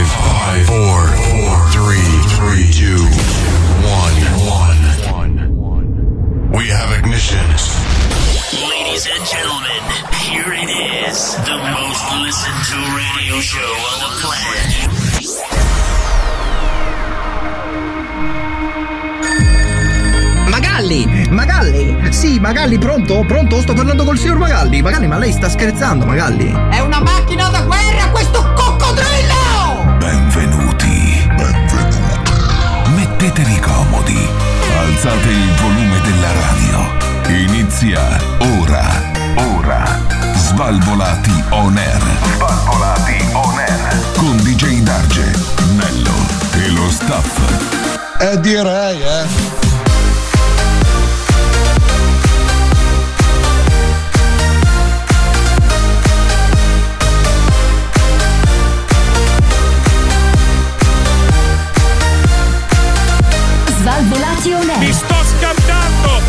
4, 3, 2, 1. We have ignition. Ladies and gentlemen, here it is, the most listened to radio show on the planet. Magalli, sì, Magalli, pronto? Sto parlando col signor Magalli. Magalli, ma lei sta scherzando, Magalli? È una macchina da guerra questo coccodrillo! Benvenuti. Mettetevi comodi. Alzate il volume della radio. Inizia ora. Svalvolati on air. Con DJ Darge, Nello e lo staff. Direi, Svalvolati on air. Mi sto scaldando!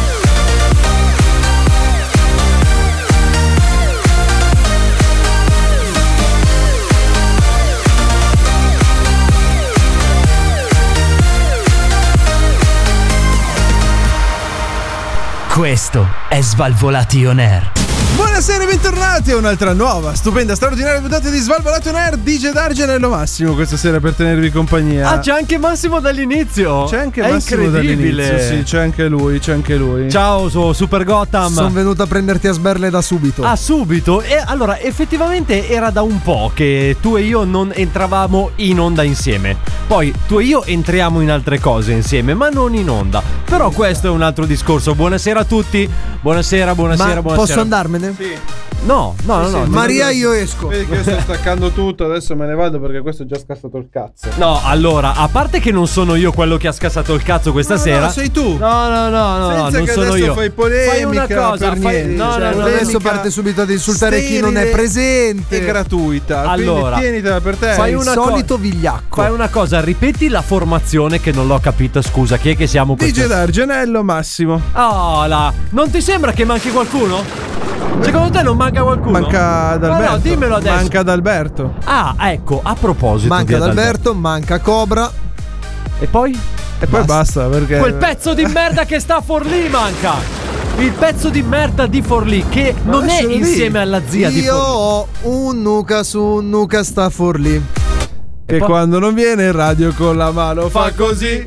Questo è Svalvolati on air. Buonasera e bentornati a un'altra nuova, stupenda, straordinaria puntata di Svalvolato on Air. DJ Darge Nello Massimo questa sera per tenervi compagnia. Ah, c'è anche Massimo dall'inizio. C'è anche è Massimo incredibile. dall'inizio. Sì, c'è anche lui. Ciao, sono Super Gotham. Sono venuto a prenderti a sberle da subito. Ah, subito? E allora, effettivamente era da un po' che tu e io non entravamo in onda insieme. Poi tu e io entriamo in altre cose insieme, ma non in onda. Però questo è un altro discorso. Buonasera a tutti. Buonasera. Posso andarmene? Sì. No. Maria, io esco. Vedi che io sto staccando tutto, adesso me ne vado perché questo è già scassato il cazzo. No, allora, a parte che non sono io quello che ha scassato il cazzo questa sera. No, sei tu. No, Senza non che sono adesso io. fai polemica. Fai una cosa, No, Adesso parte subito ad insultare chi non è presente. È gratuita. Allora, quindi tienitela per te. fai Il una solito vigliacco. Fai una cosa, ripeti la formazione che non l'ho capita, scusa, chi è che siamo DJ Darge Nello Massimo. Oh là, non ti sembra che manchi qualcuno? Secondo te non manca qualcuno? Manca Adalberto. No, dimmelo adesso. Manca Adalberto. Ah, ecco, a proposito Manca di Adalberto, manca Cobra. E poi? E poi basta perché Quel pezzo di merda che sta a Forlì manca. Il pezzo di merda di Forlì che non è lascialo lì. insieme alla zia di Io Forlì. ho un nuca su un nuca sta a Forlì. che quando non viene in radio con la mano fa così.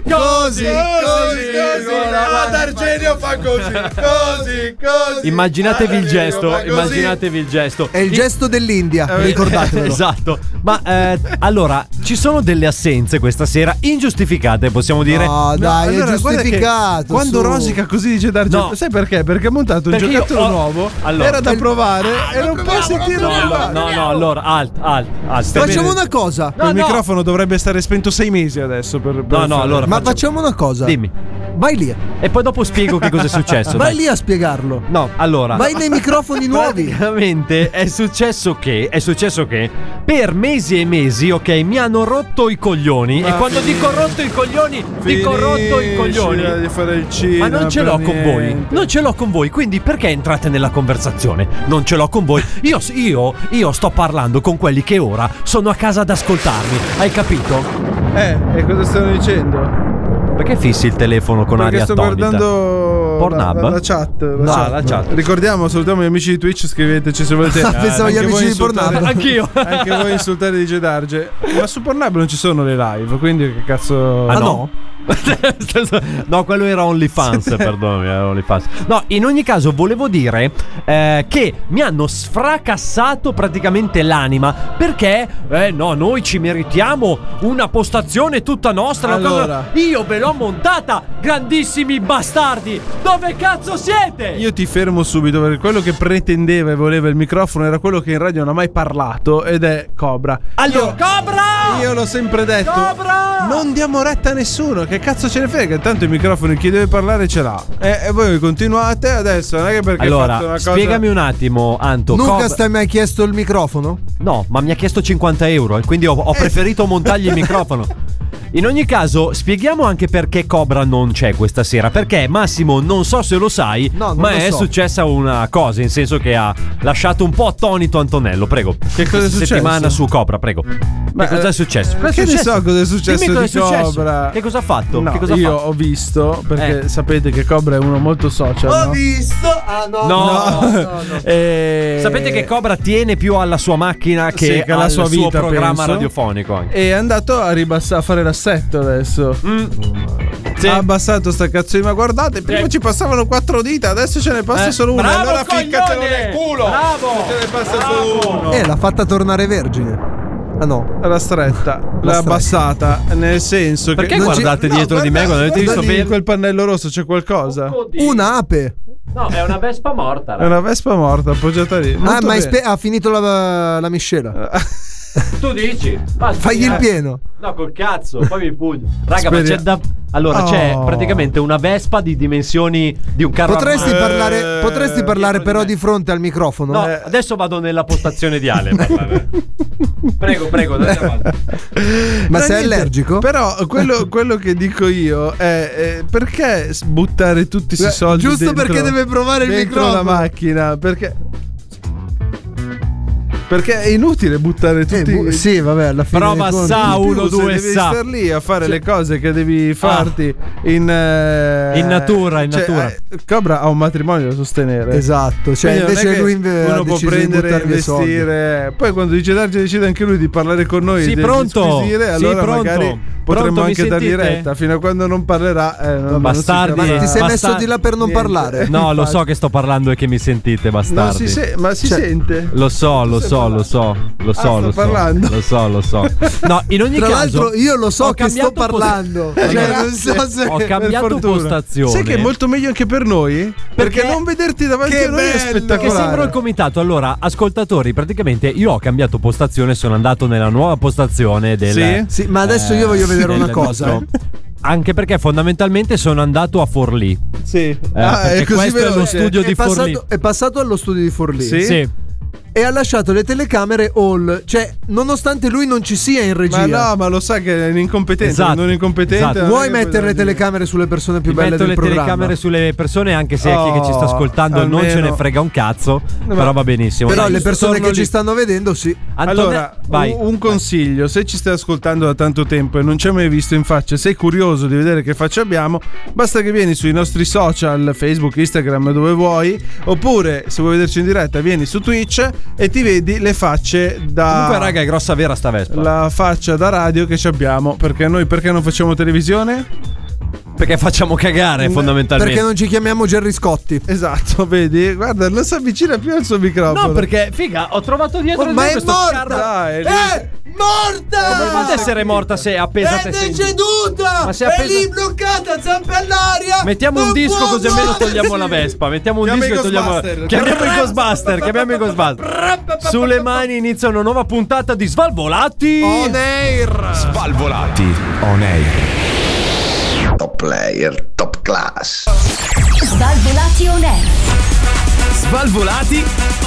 D'Argenio fa così. Immaginatevi il gesto, Fa così. immaginatevi il gesto. È il gesto dell'India, ricordatevelo. Esatto. Ma allora, ci sono delle assenze questa sera ingiustificate, possiamo dire. No, dai, allora, è giustificato. Quando su. rosica così dice D'Argenio, No. sai perché? Perché ha montato un Perché io giocattolo ho- nuovo. Allora. Era da provare e non può sentire No, allora, alt. Facciamo una cosa. Il microfono dovrebbe stare spento 6 mesi adesso per No, allora. Ma facciamo una cosa. Dimmi. Vai lì. E poi dopo spiego che cosa è successo. Vai dai. lì a spiegarlo. No, allora. Vai nei microfoni nuovi. Praticamente è successo che per mesi e mesi, ok, mi hanno rotto i coglioni. Ma e quando dico rotto i coglioni, dico rotto i coglioni. Di fare il cinema, Ma non ce l'ho con voi. Non ce l'ho con voi. Quindi perché entrate nella conversazione? Non ce l'ho con voi. Io sto parlando con quelli che ora sono a casa ad ascoltarmi. Hai capito? E cosa stanno dicendo? Perché fissi il telefono con Perché aria sto attonita? guardando Pornhub? la chat. La chat. Ricordiamo, salutiamo gli amici di Twitch, scriveteci se volete. Pensavo gli Anche voi amici di insultare- Pornhub. Anch'io. Anche voi insultare DJ Darge. Ma su Pornhub non ci sono le live, quindi che cazzo. Ah no? No, quello era OnlyFans, perdonami, era OnlyFans. No, in ogni caso volevo dire che mi hanno sfracassato praticamente l'anima perché no, noi ci meritiamo una postazione tutta nostra. Allora. Io ve l'ho montata, grandissimi bastardi. Dove cazzo siete? Io ti fermo subito perché quello che pretendeva e voleva il microfono era quello che in radio non ha mai parlato ed è Cobra. Allora, Cobra! Io l'ho sempre detto. Cobra! Non diamo retta a nessuno. Che cazzo ce ne frega? Tanto il microfono chi deve parlare ce l'ha. E voi continuate adesso. Non è che perché hai fatto una Allora, cosa. spiegami un attimo, Anto. Lucas, ti hai mai chiesto il microfono? No, ma mi ha chiesto 50 euro e quindi ho preferito montargli il microfono. In ogni caso, spieghiamo anche perché Cobra non c'è questa sera. Perché Massimo, non so se lo sai, No, non ma lo è so. successa una cosa, in senso che ha lasciato un po' attonito Antonello. Prego. Che cosa è Questa successo? settimana su Cobra, prego. Che cosa è successo? Che ne so cosa è successo Dimmi cosa di è successo. Cobra. Che cosa ha fatto? No, che cosa io ha fatto? ho visto, perché sapete che Cobra è uno molto social. No? visto. Ah, No. Sapete che Cobra tiene più alla sua macchina che alla al sua suo vita, programma penso. radiofonico anche. È andato a ribassare, a fare l'assetto adesso. Sì. Ha abbassato sta cazzo di, ma guardate, prima ci passavano 4 dita, adesso ce ne passa solo una. Bravo, Allora ficcatelo coglione! nel culo. Bravo! Ce ne passa solo uno. L'ha fatta tornare vergine. Ah no. La stretta, l'ha abbassata, nel senso Perché che guardate dietro di me quando avete visto lì in bene? quel pannello rosso c'è qualcosa. Un'ape. No, è una vespa morta. È una vespa morta appoggiata lì. Molto Ma bene. ha finito la miscela. Tu dici? Fagli il pieno. No, col cazzo, poi mi pugno. Raga, ma c'è Speriamo. Allora, c'è Oh. praticamente una vespa di dimensioni di un carro Potresti armato. parlare però di fronte al microfono. No, adesso vado nella postazione di Ale a parlare. Prego, andate avanti. Ma No, sei niente, allergico? Però quello che dico io è perché buttare tutti questi soldi giusto dentro, perché deve provare il dentro microfono. la macchina? Perché è inutile buttare tutti. Sì, vabbè, alla fine. Prova dei conti- sa, in più, uno, se due, devi sa. star lì a fare le cose che devi farti in natura, natura. Cobra ha un matrimonio da sostenere. Esatto, cioè Quindi non invece è che lui uno ha può deciso di prendere e buttare via soldi. investire. Poi quando dice Darge decide anche lui di parlare con noi, Sì, di pronto. squisire, Sì, allora pronto. magari potremmo Pronto, mi anche dargli sentite? retta. Fino a quando non parlerà, non Bastardi. si capirà. Ti sei messo Bastardi. di là per non Niente. parlare? No, lo so che sto parlando e che mi sentite, Non bastardi. ma si sente. Lo so. sto parlando. Lo so. No, in ogni Tra caso. l'altro io lo so ho che sto cambiato parlando. Allora, Cioè, non so se ho Per cambiato fortuna. postazione. Sai che è molto meglio anche per noi? Perché non vederti davanti Che a noi è bello! spettacolare. Che sembra il comitato. Allora, ascoltatori, praticamente io ho cambiato postazione, sono andato nella nuova postazione del. Sì? Sì, ma adesso io voglio vedere del una cosa. nostro- Anche perché fondamentalmente sono andato a Forlì. Sì. Perché è così questo è lo veloce. studio di Forlì. È passato allo studio di Forlì. Sì? Sì. E ha lasciato le telecamere all. Cioè, nonostante lui non ci sia in regia. Ma no, ma lo sa che è un incompetente. Esatto. Non incompetente. Esatto. non Vuoi è che puoi mettere le dire. telecamere sulle persone più Ti belle metto del le programma? telecamere sulle persone, anche se chi che ci sta ascoltando non ce ne almeno. frega un cazzo. Ma- Però va benissimo. Però Dai, le persone torno che ci lì. stanno vedendo, sì. Allora, vai. un consiglio: se ci stai ascoltando da tanto tempo e non ci hai mai visto in faccia, sei curioso di vedere che faccia abbiamo, basta che vieni sui nostri social, Facebook, Instagram, dove vuoi, oppure se vuoi vederci in diretta, vieni su Twitch e ti vedi le facce da. Comunque, raga, è grossa vera sta Vespa. La faccia da radio che ci abbiamo. Perché noi perché non facciamo televisione? Perché facciamo cagare, fondamentalmente. Perché non ci chiamiamo Gerry Scotti? Esatto, vedi? Guarda, non si avvicina più al suo microfono. No, perché, figa, ho trovato dietro di ma me è questo morta! carro. Dai, Morta! Come fa ad essere morta se è appesa a È testa in giù? deceduta! Ma se è appesa- bloccata, zampe all'aria! Mettiamo un Non disco può così almeno muoversi! togliamo la Vespa. Mettiamo un Chiama disco i e togliamo. Ghostbuster. Chiamiamo i Ghostbuster. Sulle mani inizia una nuova puntata di Svalvolati. On air! Svalvolati on air. Top player, top class. Svalvolati on air. Svalvolati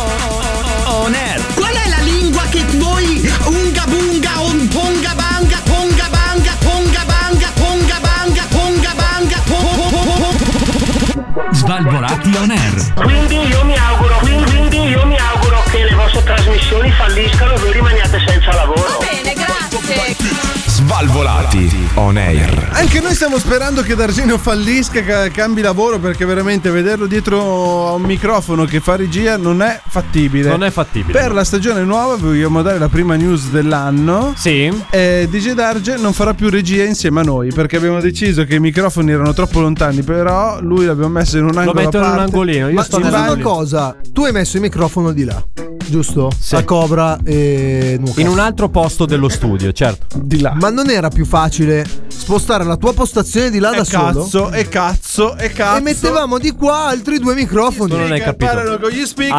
on air. Qual è la lingua che voi unga bunga un ponga banga ponga banga ponga banga ponga banga ponga banga Svalvolati on air. Quindi io mi auguro che le vostre trasmissioni falliscano e voi rimaniate senza lavoro. Bene, grazie. Svalvolati on air. Anche noi stiamo sperando che D'Argenio fallisca, che cambi lavoro, perché veramente vederlo dietro a un microfono che fa regia non è fattibile. Non è fattibile. Per la stagione nuova vogliamo dare la prima news dell'anno. Sì. DJ Darge non farà più regia insieme a noi, perché abbiamo deciso che i microfoni erano troppo lontani, però lui l'abbiamo messo in un angolo Lo metto a in un parte. angolino. Io Ma sto scusa una nell'angolino. cosa, tu hai messo il microfono di là, giusto? Sì. A Cobra e Nuca. In un altro posto dello studio, certo. Di là. Ma non era più facile spostare la tua postazione di là da solo? E cazzo. E mettevamo di qua altri due microfoni. Tu non hai capito. Parlano con gli speaker,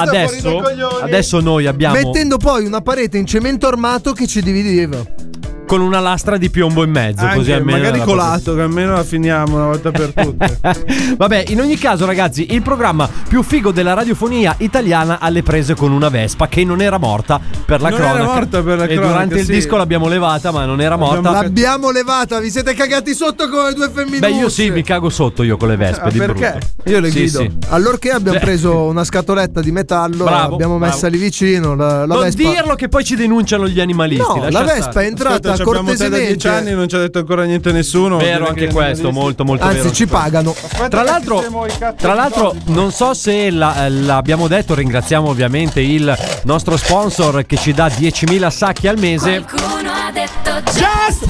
Adesso noi abbiamo. Mettendo poi una parete in cemento armato che ci divideva. con una lastra di piombo in mezzo. Anche, così almeno magari colato, che almeno la finiamo una volta per tutte. Vabbè, in ogni caso, ragazzi, il programma più figo della radiofonia italiana alle prese con una Vespa che non era morta per la cronaca. Era morta per la e cronaca, durante il disco l'abbiamo levata, ma non era morta. L'abbiamo levata, vi siete cagati sotto come due femminucce. Beh, io sì, mi cago sotto io con le Vespe. Di perché? brutto. Io le guido. Sì. Allorché abbiamo preso una scatoletta di metallo, l'abbiamo messa lì vicino. La non Vespa... dirlo che poi ci denunciano gli animalisti. No, la Vespa è entrata cortesemente. Da 10 anni non ci ha detto ancora niente nessuno. Vero anche questo, molto Anzi, vero. ci pagano. Tra l'altro, non so se l'abbiamo detto, ringraziamo ovviamente il nostro sponsor che ci dà 10.000 sacchi al mese. Qualcuno ha detto Just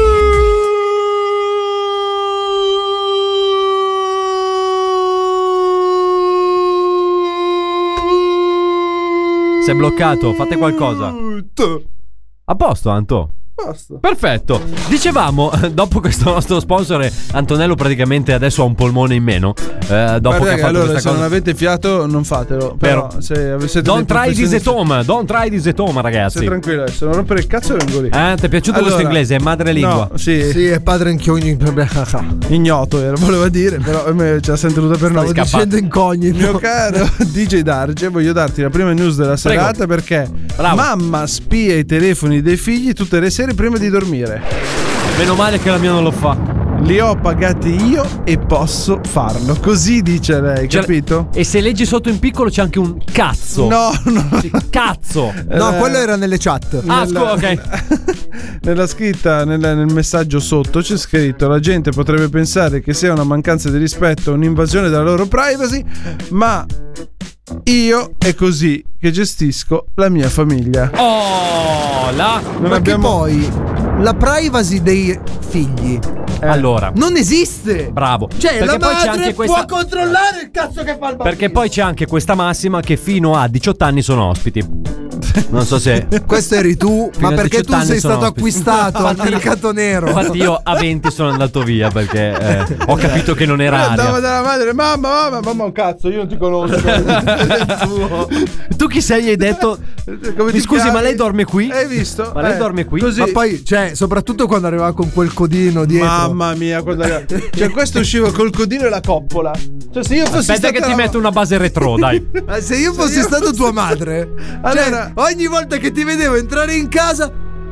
Si è bloccato, fate qualcosa. A posto, Anto? Basta. Perfetto. Dicevamo, dopo questo nostro sponsor, Antonello praticamente adesso ha un polmone in meno. Dopo che ha fatto allora, questa se cosa. non avete fiato, non fatelo. Però, se avete Don't try this at home, ragazzi. Stai tranquillo, se non rompere il cazzo vengo lì. Ti è piaciuto questo inglese? È madrelingua? No, sì, è padre ignoto voleva dire, però ce l'ha sempre tenuta per noi. Stavo dicendo incognito. Mio caro DJ Darge, voglio darti la prima news della serata. Perché mamma spia i telefoni dei figli tutte le sere prima di dormire. Meno male che la mia non lo fa. Li ho pagati io e posso farlo. Così dice lei, capito? E se leggi sotto in piccolo c'è anche un cazzo. No. Cazzo. No, quello era nelle chat. Ok. Nella scritta, nel messaggio sotto c'è scritto: la gente potrebbe pensare che sia una mancanza di rispetto, un'invasione della loro privacy, ma io è così che gestisco la mia famiglia. Perché poi la privacy dei figli allora non esiste. Bravo. Cioè perché la poi c'è madre anche questa... può controllare il cazzo che fa il bambino. Perché poi c'è anche questa massima che fino a 18 anni sono ospiti. Non so se questo eri tu, ma perché tu sei stato acquistato al mercato nero. Infatti io a 20 sono andato via perché ho capito che non era aria. Andava dalla madre: mamma un cazzo, io non ti conosco. Tu chi sei? Hai detto mi scusi chiami? Ma lei dorme qui? Hai visto? Ma lei dorme qui? Così. Ma poi soprattutto quando arrivava con quel codino dietro. Mamma mia, quando arrivava. Questo usciva col codino e la coppola. Se io fossi aspetta che ti metto una base retro, dai. Se io fossi stato tua madre, allora ogni volta che ti vedevo entrare in casa,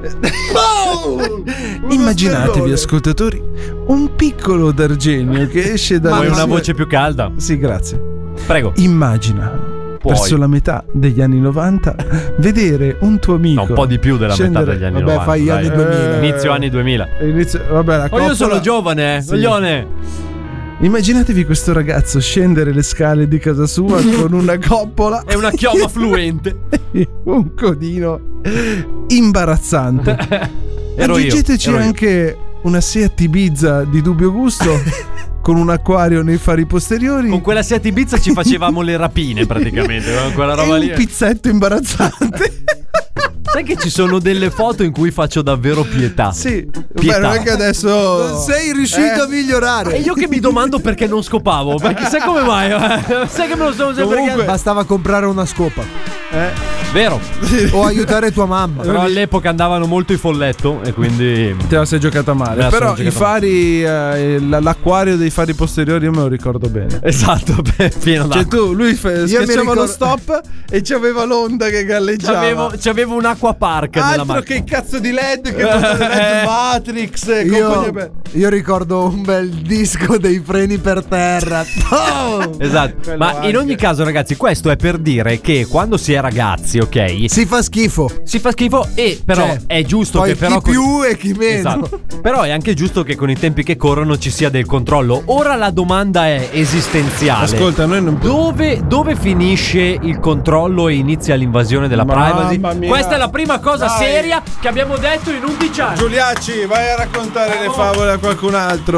immaginatevi, ascoltatori, un piccolo D'Argenio che esce da. Vuoi una voce più calda? Sì, grazie. Prego. Immagina verso la metà degli anni 90 vedere un tuo amico. Un po' di più della metà degli anni 90. Fai gli anni 2000. Inizio anni 2000. Vabbè, la coppola... io sono giovane, coglione. Immaginatevi questo ragazzo scendere le scale di casa sua con una coppola e una chioma fluente, un codino imbarazzante. Aggiungeteci anche una Seat Ibiza di dubbio gusto con un acquario nei fari posteriori. Con quella Seat Ibiza ci facevamo le rapine praticamente, quella roba lì. Un pizzetto imbarazzante. Sai che ci sono delle foto in cui faccio davvero pietà. Sì, pietà. Non è che adesso non sei riuscito a migliorare. E io che mi domando perché non scopavo. Perché sai come mai? Sai che me lo sono sempre chiesto. Bastava comprare una scopa. Vero. O aiutare tua mamma. Però all'epoca andavano molto i folletto e quindi te la sei giocata male. Però i fari, l'acquario dei fari posteriori io me lo ricordo bene. Esatto, pieno d'acqua. Cioè lui schiacciava lo stop e c'aveva l'onda che galleggiava. C'avevo un acqua park nella macchina. Altro che il cazzo di LED che LED Matrix e io ricordo un bel disco dei freni per terra. Esatto. Ma in ogni caso, ragazzi, questo è per dire che quando si è ragazzi, ok, si fa schifo e però è giusto poi che però chi più e chi meno. Esatto. Però è anche giusto che con i tempi che corrono ci sia del controllo. Ora la domanda è esistenziale. Ascolta, noi non dove finisce il controllo e inizia l'invasione della privacy? Mia. Questa è la prima cosa seria che abbiamo detto in 11 anni. Giuliacci, vai a raccontare le favole a qualcun altro.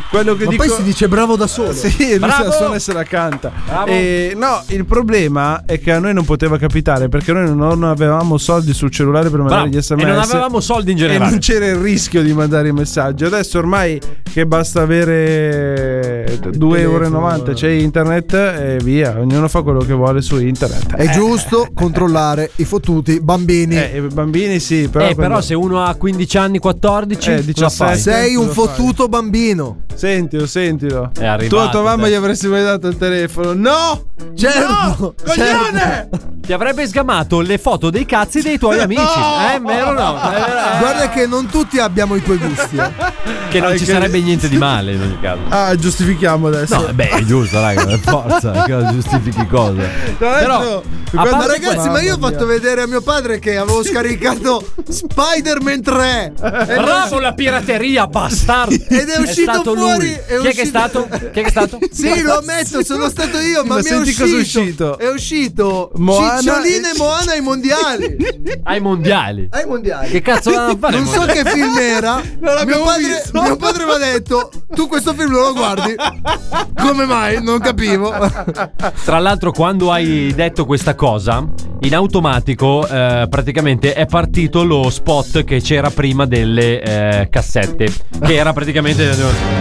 quello che Ma dico... poi si dice bravo da solo. Sì, lui Bravo! se la suona e se la canta. Bravo. No, il problema è che a noi non poteva capitare perché noi non avevamo soldi sul cellulare per mandare Bravo. gli SMS E non avevamo soldi in e generale. non c'era il rischio di mandare i messaggi. Adesso ormai che basta avere 2,90 €, c'è internet e via, ognuno fa quello che vuole su internet. È giusto controllare i fottuti bambini. I bambini sì, però Però se uno ha 15 anni, 14, 17. Sei un cosa fai? fottuto bambino. Sentilo. È arrivato, Tu a tua mamma te. gli avresti mai dato il telefono? No! Certo, No! Coglione! Ti avrebbe sgamato le foto dei cazzi dei tuoi amici. Vero o no? Guarda che non tutti abbiamo i tuoi gusti. Che non ci sarebbe niente di male in ogni caso. Ah, giustifichiamo adesso. No, beh, è giusto, raga, per forza. Che giustifichi cosa. Però, a Ma parte ragazzi, ma io ho fatto vedere a mio padre che avevo scaricato Spider-Man 3. Bravo la pirateria, bastardo. Ed è uscito stato fuori. lui. Chi è che è stato? Chi è che è stato? Sì, lo ammetto, sono stato io, ma mi è senti cosa è uscito? È uscito Moana Cicciolina e- e Moana ai mondiali. Ai mondiali. Ai mondiali. Che cazzo vanno a fare? Non so che film era. l'abbiamo visto. Mio padre mi ha detto: tu questo film non lo guardi? Come mai? Non capivo. Tra l'altro, quando hai detto questa cosa, in automatico praticamente è partito lo spot che c'era prima delle cassette. Che era praticamente.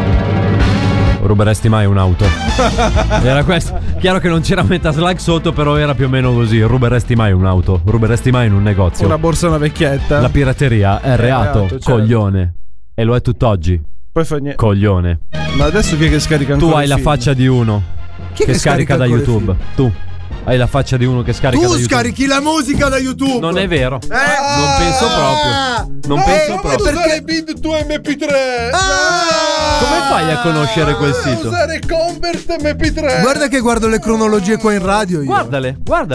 Ruberesti mai un'auto? Era questo. Chiaro che non c'era Metaslug sotto, però era più o meno così. Ruberesti mai un'auto? Ruberesti mai in un negozio? una borsa, una vecchietta. La pirateria è reato, certo. coglione. E lo è tutt'oggi, Poi fa niente. coglione. Ma adesso chi è che scarica Tu ancora hai i la film? faccia di uno Chi è che che scarica da scarica ancora i YouTube. Tu hai la faccia di uno che scarica da Tu YouTube. scarichi la musica da YouTube. Non è vero. Non penso proprio. Non penso proprio. Usare Bid tu MP3. Come fai a conoscere quel sito? Usare Convert MP3. Guarda che guardo le cronologie qua in radio io. Guardale.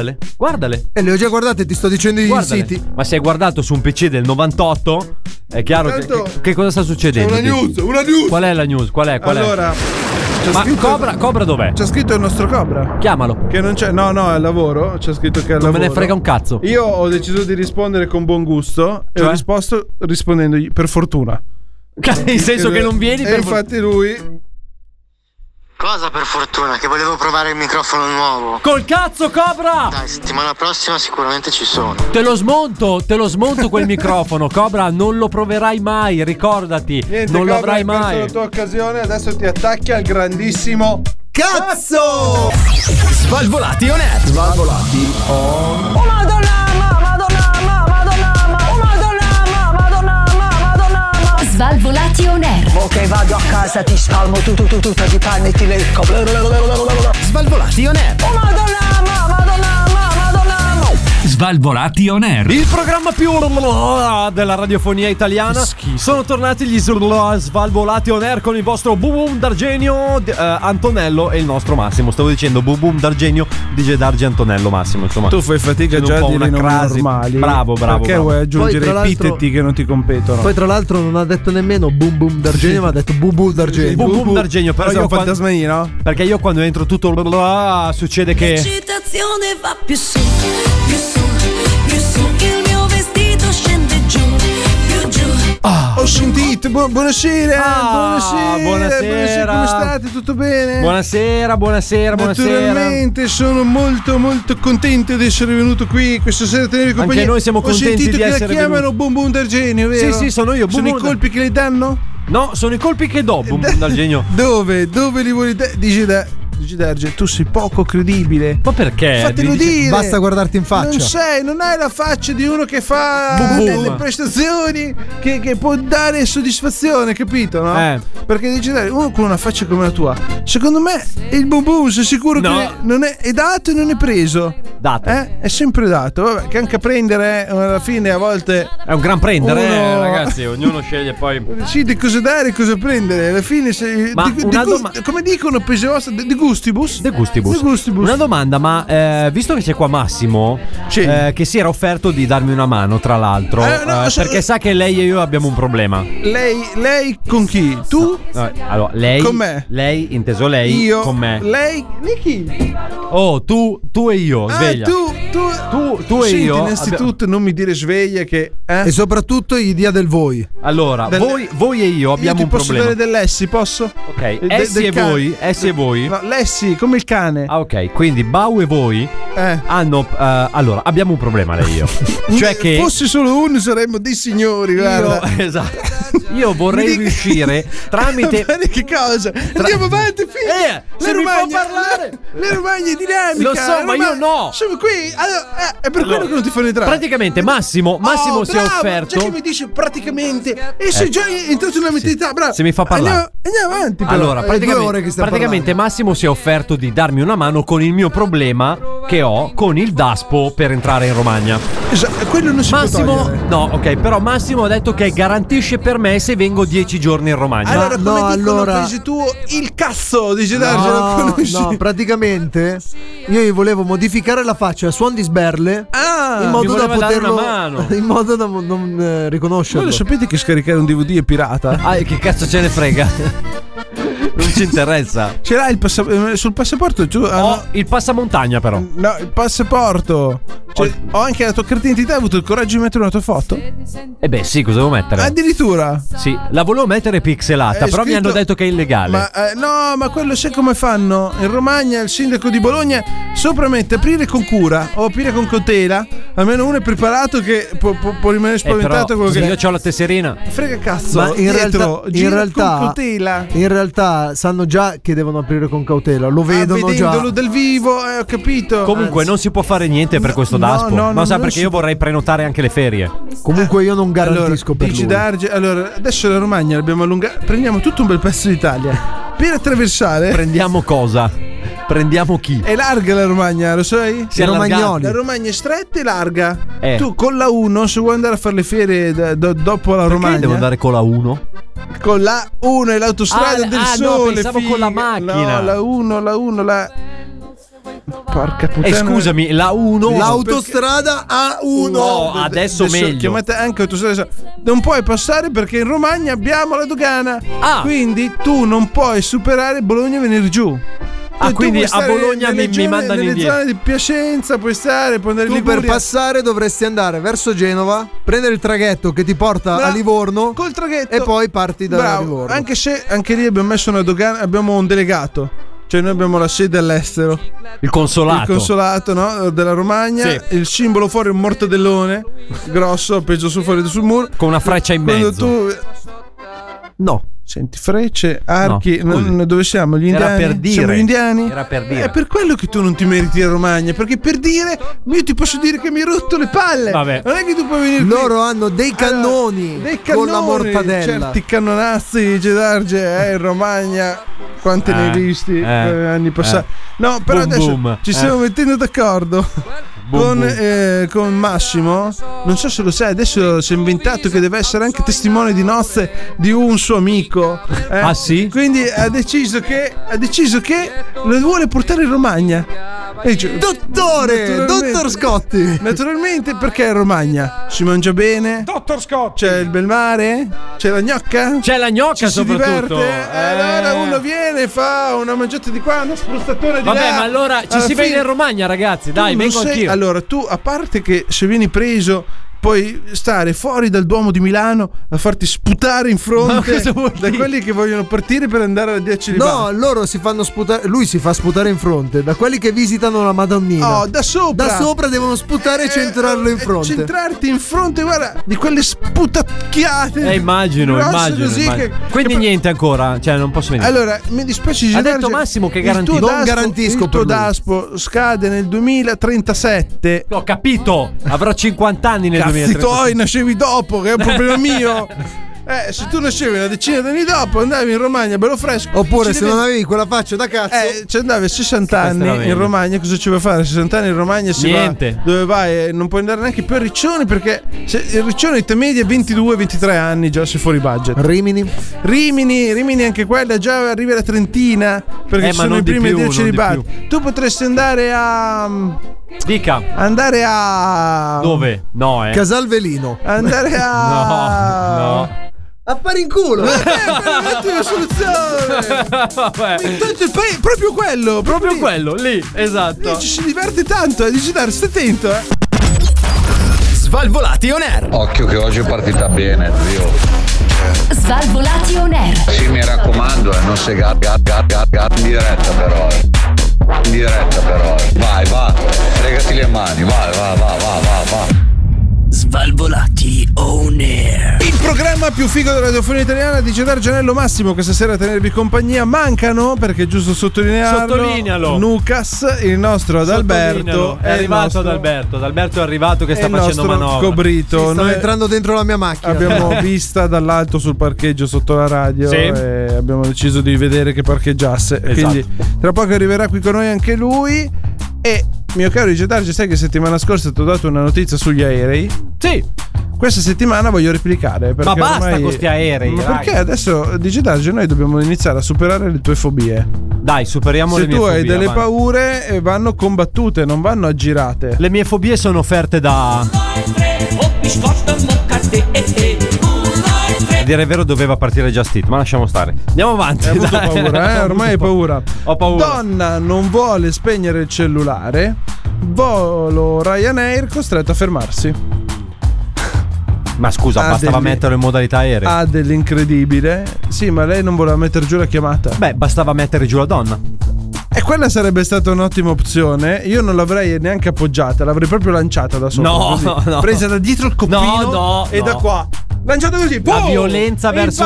E le ho già guardate, ti sto dicendo i Guardale. siti. Ma se hai guardato su un PC del 98, è chiaro Intanto che cosa sta succedendo? Una news. Qual è la news? Qual è? Allora, c'è Ma scritto- Cobra dov'è? C'è scritto il nostro Cobra. Chiamalo. Che non c'è. No, è al lavoro. C'è scritto che è al Non lavoro. me ne frega un cazzo. Io ho deciso di rispondere con buon gusto. E Cioè? ho risposto rispondendogli per fortuna. In senso che non vieni E per infatti lui. Cosa per fortuna? Che volevo provare il microfono nuovo. Col cazzo, Cobra! Dai, settimana prossima sicuramente ci sono. Te lo smonto quel microfono, Cobra, non lo proverai mai, ricordati, Niente, non lo Cobra, avrai hai perso mai. la tua occasione. Adesso ti attacchi al grandissimo. Cazzo! Svalvolati on air. Svalvolati. Svalvolati on air. Ok, vado a casa, ti spalmo tutta di panne e ti lecco. Svalvolati on air. Svalvolati on air. Il programma più della radiofonia italiana. Sono tornati gli Svalvolati on air con il vostro Boom Boom D'Argenio, Antonello e il nostro Massimo. Stavo dicendo Boom Boom D'Argenio, DJ Dargi Antonello Massimo. Insomma, Tu fai fatica sono già un po' a dire i una nomi crasi. normali. Bravo. Perché bravo. vuoi aggiungere Poi, tra l'altro- epiteti che non ti competono? Poi tra l'altro non ha detto nemmeno boom boom d'Argenio, ma ha detto bubu d'Argenio. Boom Boom D'Argenio, però Questo è io un fantasmino? perché io quando entro tutto succede che L'eccitazione va più su, più su, più su. Il mio vestito scende giù, più giù. Ho sentito, buonasera, buonasera. come state? Tutto bene? Buonasera. Naturalmente sono molto contento di essere venuto qui questa sera a tenere compagnia. Anche noi siamo contenti Ho sentito di che essere la chiamano venuti. Boom Boom D'Argenio, vero? Sì, sono io. Sono Boom i Boom colpi che le danno? No, sono i colpi che do, Boom Boom D'Argenio. Dove li vuoi dare? Dici Darge, tu sei poco credibile. Ma perché? Fatelo dire. Basta guardarti in faccia. Non hai la faccia di uno che fa Boom boom. delle prestazioni che può dare soddisfazione, capito? No? Perché dici uno con una faccia come la tua. Secondo me il boom boom, sei sicuro che non è dato e non è preso. Dato. È sempre dato. Vabbè, che anche a prendere alla fine a volte è un gran prendere, uno... ragazzi. Ognuno sceglie poi. Sì, di cosa dare e cosa prendere. Alla fine Ma come dicono, pese vostra, di gusto Gustibus. De Gustibus. Una domanda, ma visto che c'è qua Massimo, che si era offerto di darmi una mano, tra l'altro, perché sa che lei e io abbiamo un problema. Lei con chi? Tu? Allora, lei con me. Lei, inteso lei, io con me. Lei chi? Oh, tu e io, sveglia. Tu e io. Innanzitutto non mi dire sveglia che e soprattutto gli dia del voi. Allora, voi e io abbiamo un problema. Posso dare dell'essi, posso? Ok, essi e voi. No, l'essi come il cane. Ah, ok, quindi Bau e voi hanno allora, abbiamo un problema lei e io. Cioè che fossi solo uno saremmo dei signori, guarda. Esatto. Io vorrei riuscire tramite che cosa? Andiamo avanti, figlio. Se mi fa parlare. Le Romagna è dinamica. Lo so, ma io no. Siamo qui. Allora, è per quello che non ti fanno entrare. Praticamente Massimo si è offerto. Già che mi dice praticamente e sei già entrato nella mentalità, bravo. Se mi fa parlare. Andiamo avanti. Però. Allora, praticamente Massimo si è offerto di darmi una mano con il mio problema che ho con il DASPO per entrare in Romagna. Esatto, quello non si può togliere. No, ok, però Massimo ha detto che garantisce per me se vengo 10 giorni in Romagna. Allora, come dicono al paese tuo, il cazzo dice Dargelo, lo conosci? No, praticamente io gli volevo modificare la faccia a suon di sberle in modo da poterlo in modo da non riconoscerlo. Voi lo sapete che scaricare un DVD è pirata? Ah, che cazzo ce ne frega? Non ci interessa. Ce l'hai sul passaporto? Il passamontagna, però. No, il passaporto. Ho anche la tua carta d'identità. Hai avuto il coraggio di mettere una tua foto? Beh, sì, cosa devo mettere? Addirittura? Sì, la volevo mettere pixelata, però mi hanno detto che è illegale. Ma quello sai come fanno? In Romagna il sindaco di Bologna sopra mette aprire con cura o aprire con cautela. Almeno uno è preparato che può rimanere spaventato. Però, io c'ho la tesserina. Frega cazzo. Ma in realtà con cautela. In realtà sanno già che devono aprire con cautela. Lo vedono già. Vedendolo dal vivo, ho capito. Comunque non si può fare niente per questo DASPO. No, sa perché io vorrei prenotare anche le ferie. Comunque io non garantisco per lui. Allora, adesso la Romagna l'abbiamo allungata. Prendiamo tutto un bel pezzo d'Italia. Per attraversare. Prendiamo cosa? Prendiamo chi? È larga la Romagna, lo sai? Si è romagnoli. La Romagna è stretta e larga. Tu con la 1, se vuoi andare a fare le ferie dopo la Romagna. Perché devo andare con la 1? Con la 1 è l'autostrada del sole. No, pensavo con la macchina. No, la 1. Porca puttana. Scusami, la 1. L'autostrada A1. No, adesso meglio. Chiamate anche autostrada. Non puoi passare perché in Romagna abbiamo la dogana. Quindi tu non puoi superare Bologna e venire giù. Quindi a Bologna mi mandano indietro. Nelle zone di Piacenza puoi stare, puoi andare in Liguria. Per passare dovresti andare verso Genova, prendere il traghetto che ti porta a Livorno. Col traghetto. E poi parti da Livorno. Anche se anche lì abbiamo messo una dogana, abbiamo un delegato. Cioè noi abbiamo la sede all'estero. Il consolato, no? Della Romagna. Sì. Il simbolo fuori è un mortadellone grosso appeso fuori sul muro. Con una freccia in mezzo. No. Senti, frecce, archi, dove siamo? Gli indiani? Era per dire. Siamo gli indiani? Era per dire. È per quello che tu non ti meriti la Romagna. Perché per dire, io ti posso dire che mi hai rotto le palle. Vabbè. Non è che tu puoi venire Loro hanno dei cannoni, con la mortadella. Certi cannonazzi, Gedarge, in Romagna. Quanti ne hai visti anni passati? No, però adesso ci stiamo mettendo d'accordo. Con Massimo, non so se lo sai, adesso si è inventato che deve essere anche testimone di nozze di un suo amico. Ah sì? Quindi ha deciso che lo vuole portare in Romagna. Dottor Scotti. Naturalmente, perché in Romagna si mangia bene. Dottor Scotti. C'è il bel mare, c'è la gnocca. C'è la gnocca, ci soprattutto. Si diverte. Allora uno viene, fa una mangiata di qua, una sprustatura di là. Vabbè, ma allora ci si vede in Romagna, ragazzi. Dai, vengo anch'io. Allora, tu, a parte che se vieni preso, puoi stare fuori dal Duomo di Milano a farti sputare in fronte da quelli che vogliono partire per andare alla 10 di No, loro si fanno sputare. Lui si fa sputare in fronte da quelli che visitano la Madonnina. Oh, da sopra. Da sopra devono sputare e centrarlo in fronte. Centrarti in fronte, guarda, di quelle sputacchiate. Immagino. Così Quindi niente ancora, cioè non posso venire. Allora, mi dispiace. Ha detto Massimo che garantisco. Non garantisco. Il tuo DASPO scade nel 2037. Ho capito. Avrò 50 anni nel 2037. Cazzi tuoi, nascevi dopo, che è un problema mio. Se tu nascevi una decina d'anni dopo, andavi in Romagna bello fresco. Oppure se non avevi quella faccia da cazzo, ci andavi a 60 anni in Romagna. Cosa ci vuoi fare? 60 anni in Romagna Niente. Dove vai? Non puoi andare neanche più a Riccioni, perché il Riccioni età media 22-23 anni, già sei fuori budget. Rimini anche quella, già arrivi alla trentina, perché ci sono i primi 10 ribatti. Tu potresti andare a... Dica. Andare a... Dove? No, Casalvelino. Andare a... No. A fare in culo. Una soluzione. Proprio quello lì, esatto. Lì ci si diverte tanto, dici dai, stai attento, Svalvolati on air. Occhio che oggi è partita bene, zio. Svalvolati on air. Sì, mi raccomando, non sei in diretta però. In diretta però. Vai, va. Fregati le mani, va. Svalvolati on air. Il programma più figo della radiofonia italiana, dice D'Argenello Massimo, questa sera a tenervi compagnia. Mancano, perché è giusto sottolinearlo, Nucas, il nostro Adalberto. È arrivato Adalberto è arrivato che sta facendo manovra. Cobrito. Sta entrando dentro la mia macchina. Abbiamo vista dall'alto sul parcheggio sotto la radio, sì. E abbiamo deciso di vedere che parcheggiasse. Esatto. Quindi tra poco arriverà qui con noi anche lui. E mio caro Dice Darge, sai che settimana scorsa ti ho dato una notizia sugli aerei? Sì. Questa settimana voglio replicare. Ma basta con questi aerei. Ma perché adesso, Dice Darge, noi dobbiamo iniziare a superare le tue fobie. Dai, superiamo le mie fobie. Se tu hai delle paure, vanno combattute, non vanno aggirate. Le mie fobie sono offerte da... A dire il vero doveva partire Just Eat, ma lasciamo stare. Andiamo avanti. Hai avuto paura, ormai hai paura. Ho paura. Donna non vuole spegnere il cellulare. Volo Ryanair costretto a fermarsi. Ma scusa, bastava metterlo in modalità aerea. Dell'incredibile. Sì, ma lei non voleva mettere giù la chiamata. Beh, bastava mettere giù la donna. E quella sarebbe stata un'ottima opzione. Io non l'avrei neanche appoggiata, l'avrei proprio lanciata da sopra. No. Presa da dietro il coppino da qua. Lanciato così. La violenza verso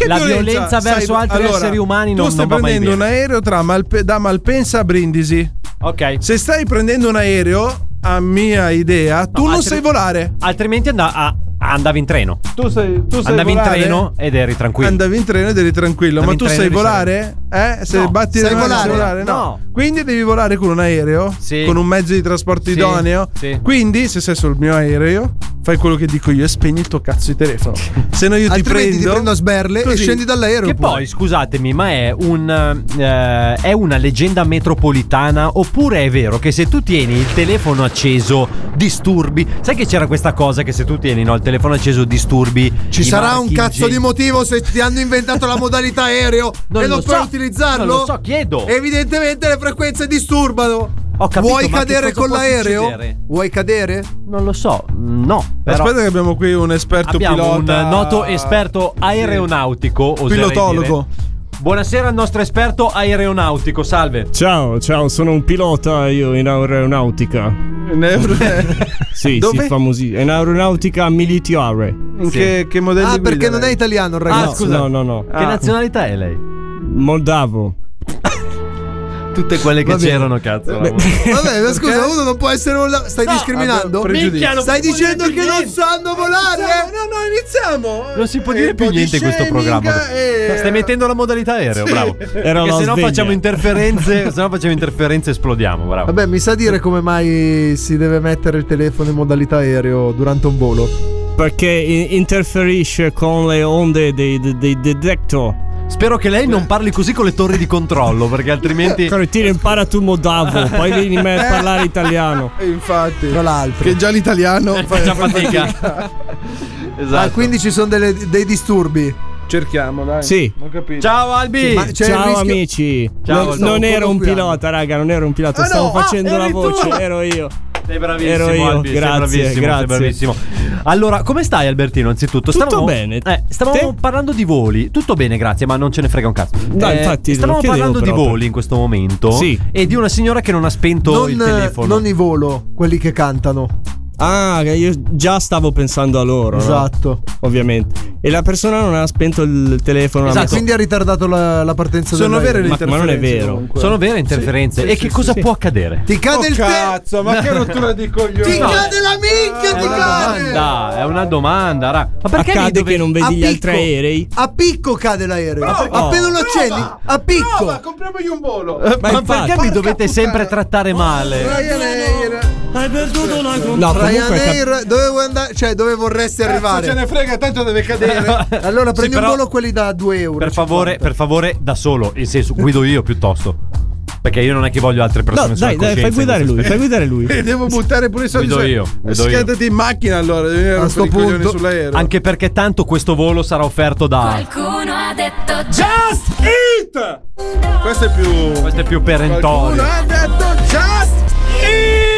altri esseri umani non va mai bene. Tu stai prendendo un aereo da Malpensa a Brindisi. Ok. Se stai prendendo un aereo, a mia idea, tu non sai volare. Altrimenti andavi in treno. Tu andavi in treno ed eri tranquillo. Andavi in treno ed eri tranquillo. Ma tu sai volare? Se batti le mani sai volare? No. Quindi devi volare con un aereo? Sì. Con un mezzo di trasporto idoneo? Sì. Quindi, se sei sul mio aereo, fai quello che dico io e spegni il tuo cazzo di telefono. Se no io ti prendo a sberle così. E scendi dall'aereo. Che poi, scusatemi, ma è una leggenda metropolitana oppure è vero che se tu tieni il telefono acceso disturbi? Sai che c'era questa cosa che se tu tieni il telefono acceso disturbi? Ci sarà un cazzo di motivo se ti hanno inventato la modalità aereo e non puoi utilizzarlo? Non lo so, chiedo. Evidentemente le frequenze disturbano. Ho capito, vuoi cadere con l'aereo? Succedere? Vuoi cadere? Non lo so, no. Però aspetta che abbiamo qui un esperto pilota. Un noto esperto aeronautico, pilotologo. Buonasera al nostro esperto aeronautico, salve. Ciao, sono un pilota io in aeronautica. Sì, dove? sì, famosissimo. In aeronautica militare. In che modello? Ah, perché non è italiano il ragazzo. Scusa. No. Che nazionalità è lei? Moldavo. Tutte quelle che c'erano, cazzo. Vabbè, ma scusa, uno non può essere stai discriminando? Stai dicendo che non sanno volare? No, iniziamo. Non si può dire più niente in questo programma. Stai mettendo la modalità aereo, bravo. Perché se no facciamo interferenze, e esplodiamo, bravo. Vabbè, mi sa dire come mai si deve mettere il telefono in modalità aereo durante un volo? Perché interferisce con le onde dei detector. Spero che lei non parli così con le torri di controllo, perché altrimenti. Ti impara tu moldavo, poi vieni a parlare italiano. Infatti, tra l'altro, che già l'italiano fa già fatica. Esatto. Quindi ci sono dei disturbi. Cerchiamo, dai. Sì. Ho capito. Ciao Albi. Ciao amici. Ciao, non ero un pilota, raga, non ero un pilota, stavo facendo la voce, ero io. Sei bravissimo, ero io. Albi, Grazie. sei bravissimo. Allora, come stai Albertino? Anzitutto, tutto bene. Stavamo parlando di voli. Tutto bene, grazie, ma non ce ne frega un cazzo. No, infatti, stavamo parlando di voli in questo momento. Sì. E di una signora che non ha spento il telefono. Non i volo, quelli che cantano. Ah, io già stavo pensando a loro. Esatto. No? Ovviamente. E la persona non ha spento il telefono. Esatto, quindi ha ritardato la partenza Sono vere le ma interferenze. non è vero. Comunque. Sono vere interferenze. Sì, e sì, che cosa sì. può accadere? Ti cade il cazzo, ma che rottura di coglioni. Ti cade la minchia, ti cade. È una domanda, Ma perché accade che non vedi gli altri aerei? A picco cade l'aereo. Appena lo accendi, a picco. Ma compriamogli un volo. Ma perché mi dovete sempre trattare male? Ryanair. Hai perduto la No, Ryanair, dove vuoi andare? Cioè, dove vorresti arrivare? Ce ne frega, tanto deve cadere. Allora prendi però- un volo quelli da 2 euro. Per favore, da solo. In senso, guido io piuttosto. Perché io non è che voglio altre persone. No, sulla dai, fai coscienza in guidare lui. E devo buttare pure i soldi. Guido io. Schiantati in macchina allora. Devi A sto punto. sull'aereo. Anche perché tanto questo volo sarà offerto da. Qualcuno ha detto Just Eat. Questo è più perentorio. Qualcuno ha detto Just Eat.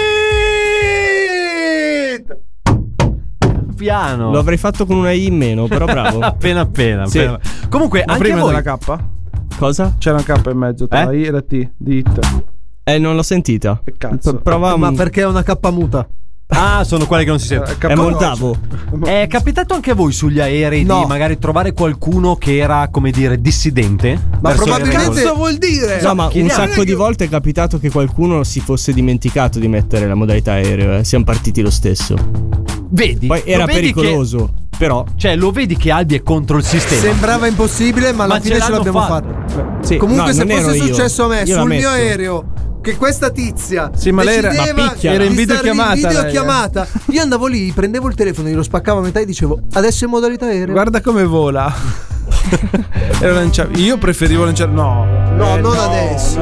Piano. Lo avrei fatto con una I in meno, però bravo. appena. Sì. Comunque, Ma anche prima voi. della K? Cosa? C'era un K in mezzo tra la I e la T di It. Non l'ho sentita. Che cazzo? Prova. Ma perché è una K muta? Ah, sono quelle che non si sentono. È Moldavo. È capitato anche a voi sugli aerei No. di magari trovare qualcuno che era, come dire, dissidente? Ma verso le probabilmente- regole? Cazzo vuol dire? No, ma un chiediamo. sacco di volte è capitato che qualcuno si fosse dimenticato di mettere la modalità aereo. Siamo partiti lo stesso. Vedi? Poi era Lo vedi pericoloso. Però. Cioè, lo vedi che Albi è contro il sistema. Sembrava impossibile, ma alla Ma fine ce ce l'hanno l'abbiamo fatto. fatta. Sì, Comunque, no, se non ero fosse io. successo a me Io sul mio l'ammetto. aereo, che questa tizia Sì, ma lei era- decideva ma picchia. Era in di stare videochiamata, in lei, videochiamata. Io andavo lì, prendevo il telefono, glielo spaccavo a metà e dicevo: adesso è in modalità aereo. Guarda come vola. Era lanciato. Io preferivo lanciare. No, non adesso.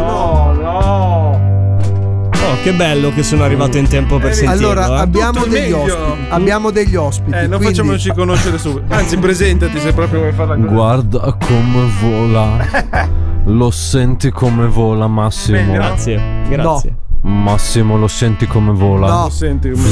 Oh, che bello che sono arrivato in tempo per sentirlo. Allora, abbiamo Tutto degli meglio. ospiti. Abbiamo degli ospiti. Non quindi- facciamoci conoscere subito. Anzi, presentati se proprio vuoi farla così. Guarda come vola. Lo senti come vola, Massimo? Bene, no? Grazie. Massimo, lo senti come vola? No. Senti come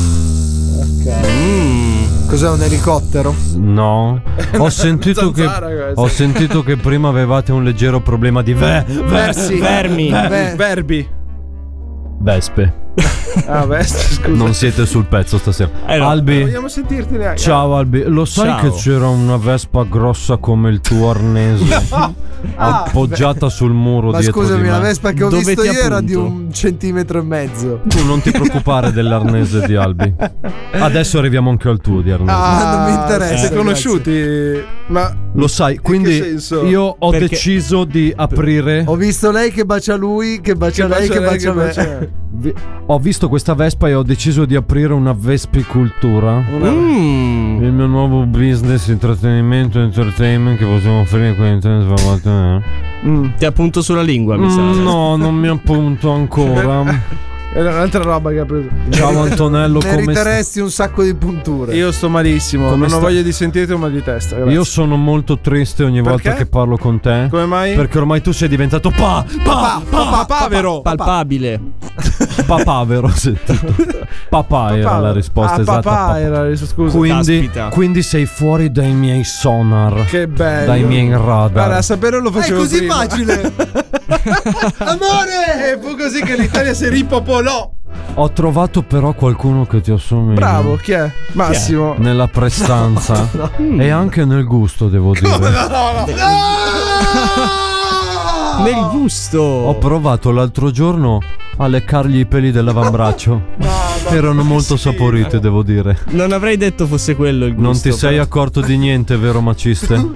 Cos'è un elicottero? No. Ho sentito che zanzara, questa. ho sentito che prima avevate un leggero problema di Versi. Vermi. Verbi. vespe. Ah, beh, scusa. Non siete sul pezzo stasera. No, Albi. non vogliamo sentirti neanche. Ciao Albi, lo sai Ciao. che c'era una vespa grossa come il tuo arnese appoggiata sul muro Ma dietro scusami, di me? la Vespa che ho Dove visto ti io era appunto? di 1,5 centimetri. Tu non ti preoccupare dell'arnese di Albi. Adesso arriviamo anche al tuo di arnese. non mi interessa. Siete conosciuti? Ma Lo sai, che quindi senso? io ho Perché- deciso di aprire. Ho visto lei che bacia lui, che bacia lei, che bacia me. Ho visto questa vespa e ho deciso di aprire una vespicultura. Il mio nuovo business intrattenimento e entertainment che possiamo offrire qui all'interno di Svalvolati. Ti appunto sulla lingua, mi sa. No, non mi appunto ancora. Era un'altra roba che ha preso. Ciao Antonello, come stai? Meriteresti un sacco di punture. Io sto malissimo. Come non ho sta- voglia di sentirti un mal di testa. Grazie. Io sono molto triste ogni volta Perché? che parlo con te. Come mai? Perché ormai tu sei diventato Papavero. Palpabile. papavero. Papà era la risposta esatta. Papà era la risposta. Scusa. Caspita. Quindi sei fuori dai miei sonar. Che bello. Dai miei radar. Guarda, a sapere lo È facevo così prima. facile. Amore! Fu così che l'Italia si ripopolò. Ho trovato però qualcuno che ti assomiglia. Bravo, chi è? Massimo. Nella prestanza e anche nel gusto, devo dire. Nel gusto. Ho provato l'altro giorno a leccargli i peli dell'avambraccio. Erano molto saporiti, devo dire. Non avrei detto fosse quello il gusto. Non ti sei accorto di niente, vero maciste?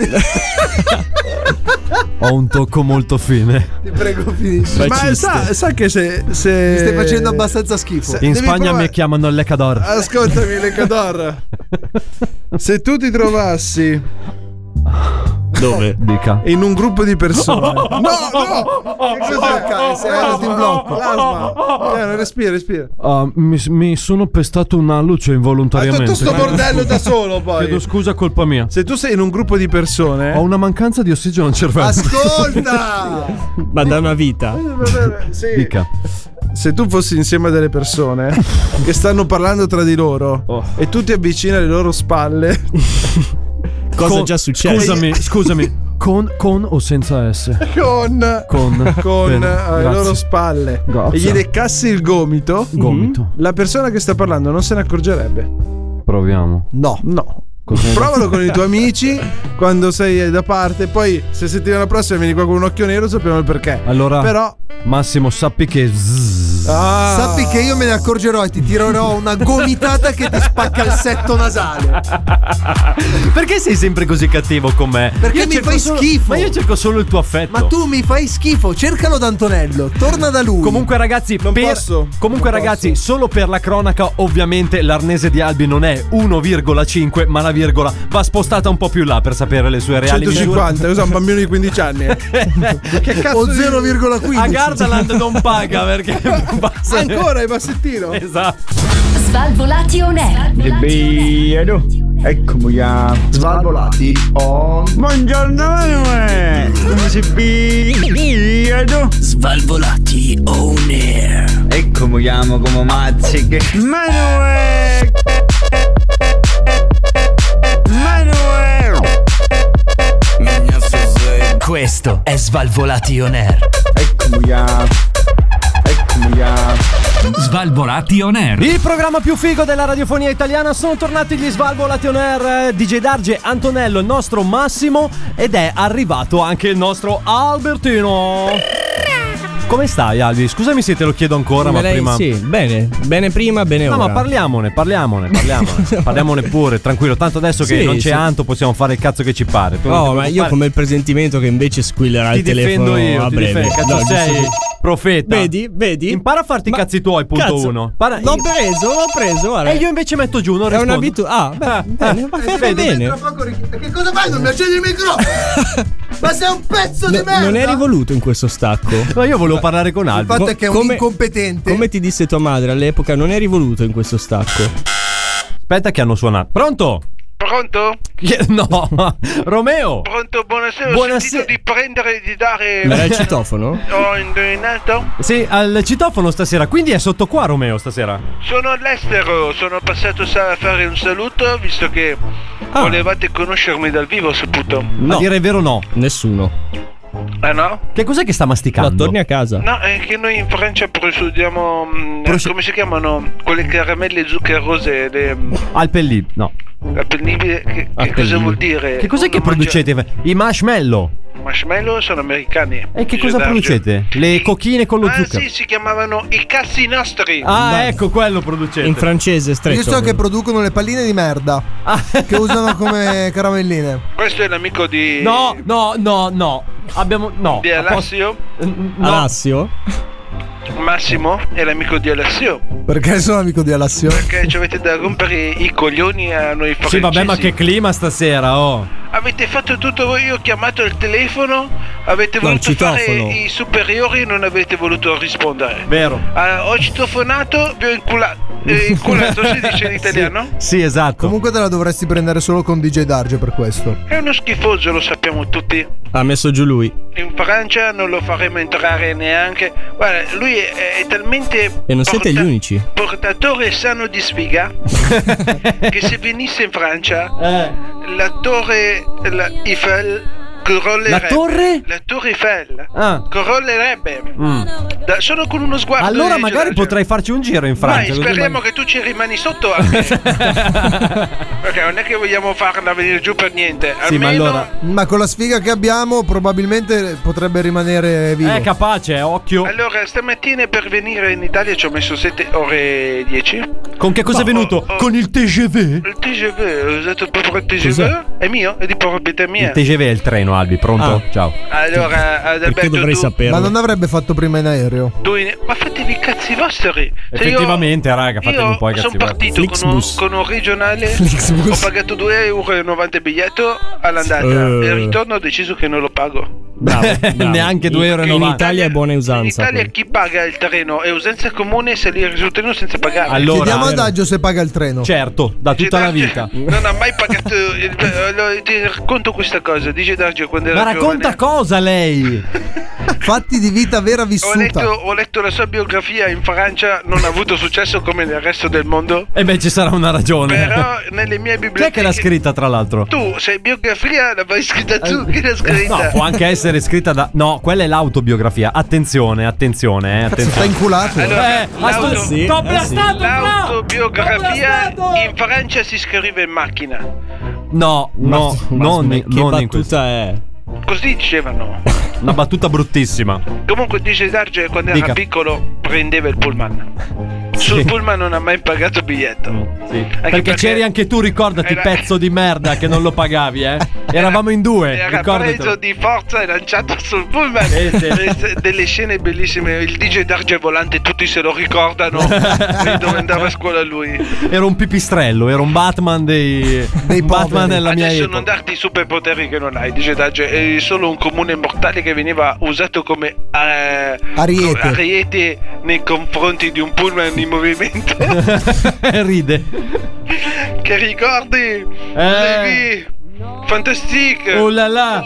Ho un tocco molto fine. Ti prego, finisci. Ma sa che se Mi stai facendo abbastanza schifo. In Devi Spagna provare- mi chiamano il lecador. Ascoltami, Lecador. Se tu ti trovassi Dove? Dica. in un gruppo di persone. No! Che cos'è? Sei andato in blocco. L'asma. Respira. Mi sono pestato una luce Ha involontariamente. tutto sto bordello da solo poi. Chiedo scusa, colpa mia. Se tu sei in un gruppo di persone. Ho una mancanza di ossigeno al cervello. Ascolta! Ma da una vita. Sì. Dica. Se tu fossi insieme a delle persone che stanno parlando tra di loro e tu ti avvicini alle loro spalle. Cosa già succede? Scusami. Con o senza S? Con Bene, alle grazie. loro spalle. Grazie. E gli decassi il gomito. Gomito. La persona che sta parlando non se ne accorgerebbe. Proviamo. No. Provalo con i tuoi amici quando sei da parte. Poi, se settimana prossima vieni qua con un occhio nero, sappiamo il perché. Allora, però, Massimo, sappi che. Sappi che io me ne accorgerò e ti tirerò una gomitata che ti spacca il setto nasale. Perché sei sempre così cattivo con me? Perché Io mi cerco fai solo- schifo. Ma io cerco solo il tuo affetto. Ma tu mi fai schifo, cercalo da Antonello, torna da lui. Comunque ragazzi, solo per la cronaca, ovviamente l'arnese di Albi non è 1,5, ma la virgola va spostata un po' più là per sapere le sue reali 150, usa un bambino di 15 anni. Che cazzo O di- 0,15. A Gardaland non paga perché basta. Ancora il bassettino. Esatto. Svalvolati on air. Eccomi a Svalvolati on. Buongiorno Manuel. Come si biado? Svalvolati on air. Eccomi chiamo come mazziche. Manuel. Questo è Svalvolati on air. Eccomi a Svalvolati on air. Il programma più figo della radiofonia italiana. Sono tornati gli Svalvolati on air. DJ Darge, Antonello, il nostro Massimo. Ed è arrivato anche il nostro Albertino. Come stai, Albi? Scusami se te lo chiedo ancora, ma prima. Sì, bene prima, bene No, ora. ma parliamone. Parliamone pure, tranquillo. Tanto adesso che Sì, non c'è sì. Anto, possiamo fare il cazzo che ci pare. Tu non No, ti ma io preoccupare. come il presentimento che invece squillerà Ti il telefono difendo io, a ti breve. difendo. Cazzo No, sei giusto. profeta. Vedi? Impara a farti i cazzi tuoi, punto Cazzo, uno. L'ho preso, guarda. E io invece metto giù, non È rispondo. un'abitudine. Bene, va bene. Che cosa fai? Non mi accendi il microfono? Ma sei un pezzo di merda. Non eri voluto in questo stacco. No, io volevo parlare con Albi. Il fatto è che è un incompetente. Come ti disse tua madre all'epoca, non eri voluto in questo stacco. Aspetta che hanno suonato. Pronto? Pronto? No, Romeo. Pronto, buonasera. Ho Buonasera. sentito di prendere e di dare. Ma era il citofono? Ho indovinato? Sì, al citofono stasera. Quindi è sotto qua, Romeo, stasera. Sono all'estero, sono passato a fare un saluto, visto che volevate conoscermi dal vivo, ho saputo. A dire il vero, no. Nessuno. Ah no? Che cos'è che sta masticando? No, torni a casa. No, è che noi in Francia procediamo. Come si chiamano? Quelle caramelle zuccherose, le. Alpellì, no. Appellibile, che cosa vuol dire? Che cos'è che producete? I marshmallow. Marshmallow sono americani. E che cosa producete? Le cochine con lo zucchero. Sì, si chiamavano i cazzi nostri. Ecco, quello producete. In francese stretto. Io so che producono le palline di merda che usano come caramelline. Questo è l'amico di. No. Abbiamo. No. Di Alassio? No. Alassio? Massimo è l'amico di Alassio. Perché sono amico di Alassio? Perché ci avete da rompere i coglioni a noi francesi. Sì, vabbè, ma che clima stasera, oh. Avete fatto tutto voi, io ho chiamato il telefono, avete voluto fare i superiori e non avete voluto rispondere. Vero. Ho citofonato, vi ho inculato, si dice in italiano? Sì, esatto. Comunque te la dovresti prendere solo con DJ Darge per questo. È uno schifoso, lo sappiamo tutti. Ha messo giù lui. In Francia non lo faremo entrare neanche. Guarda, lui è talmente. E non siete gli unici. Portatore sano di sfiga che se venisse in Francia la torre Eiffel crollerebbe. La torre? La torre Eiffel crollerebbe. Solo con uno sguardo. Allora di magari Giorgio. potrei farci un giro in Francia. Vai, speriamo che tu ci rimani sotto anche. Perché non è che vogliamo farla venire giù per niente. Sì, ma allora. Ma con la sfiga che abbiamo probabilmente potrebbe rimanere vivo. È capace, occhio. Allora, stamattina per venire in Italia ci ho messo 7 ore 10. Con che cosa è venuto? Con il TGV? Il TGV, ho usato proprio il TGV? Cos'è? È mio? È di proprietà mia. Il TGV è il treno, Albi, pronto? Ciao. Allora, Adalberto, dovrei saperlo? Ma non avrebbe fatto prima in aereo? ma fatevi i cazzi vostri. Effettivamente, raga, fatevi un po' i cazzi Sono partito con un regionale. Ho pagato 2,90 euro il biglietto all'andata. E al ritorno ho deciso che non lo pago. Bravo. Neanche 2,90 euro. In Italia è buona In usanza. Italia chi paga il treno è usanza comune, salire sul treno senza pagare. Allora, chiediamo a Daggio se paga il treno. Certo, da tutta la vita. Non ha mai pagato. Ti racconto questa cosa. Dice Daggio quando era Ma racconta giovane. cosa lei? Fatti di vita vera vissuta. Ho letto la sua biografia in Francia, non ha avuto successo come nel resto del mondo. E beh, ci sarà una ragione. Però nelle mie biblioteche. Chi è che l'ha scritta, tra l'altro? Tu, sei biografia, l'hai scritta tu. Chi l'ha scritta? No, può anche essere scritta da. No, quella è l'autobiografia. Attenzione. Sta inculato. Allora, l'autobiografia in Francia si scrive in macchina. No, non in questa è. Così dicevano. Una battuta bruttissima. Comunque DJ Darge quando Dica. era piccolo prendeva il pullman. Sul pullman non ha mai pagato biglietto. Sì. Perché c'eri anche tu, ricordati, pezzo di merda, che non lo pagavi, Eravamo in due. Era Ricordatelo. preso di forza e lanciato sul pullman. Delle scene bellissime. Il DJ Darge volante, tutti se lo ricordano. Dove andava a scuola lui. Era un pipistrello, era un Batman dei Batman della mia Adesso epoca. non darti i superpoteri che non hai, DJ Darge. È solo un comune mortale che veniva usato come ariete nei confronti di un pullman in movimento. Ride. Che ricordi? Levi, Fantastique. Oh là là.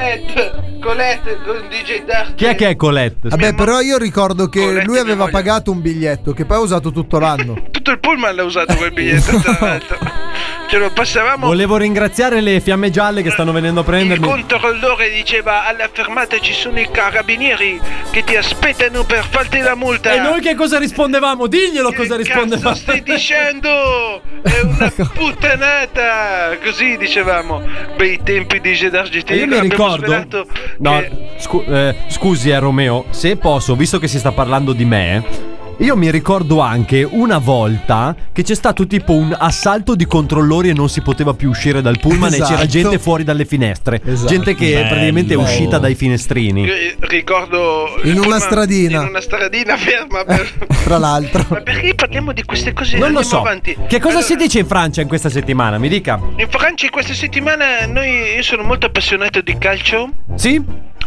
Colette con DJ Darge. Chi è che è Colette? Vabbè, però io ricordo che lui aveva pagato un biglietto che poi ha usato tutto l'anno. Tutto il pullman l'ha usato quel biglietto, tra l'altro. Ce lo passavamo. Volevo ringraziare le fiamme gialle che stanno venendo a prendermi. Il controllore diceva: alla fermata ci sono i carabinieri che ti aspettano per farti la multa. E noi che cosa rispondevamo? Diglielo cosa rispondevamo. Cosa stai dicendo? È una puttanata. Così dicevamo. Bei tempi di Gedarge. Io mi ricordo. No, scusi, Romeo, se posso, visto che si sta parlando di me. Io mi ricordo anche una volta che c'è stato tipo un assalto di controllori e non si poteva più uscire dal pullman, Esatto. e c'era gente fuori dalle finestre. Esatto. Gente che praticamente è uscita dai finestrini. Io ricordo In una pullman stradina. In una stradina ferma. Tra l'altro. Ma perché parliamo di queste cose? Non lo Andiamo so. avanti. Che cosa Allora, si dice in Francia in questa settimana? Mi dica. in Francia questa settimana io sono molto appassionato di calcio. Sì?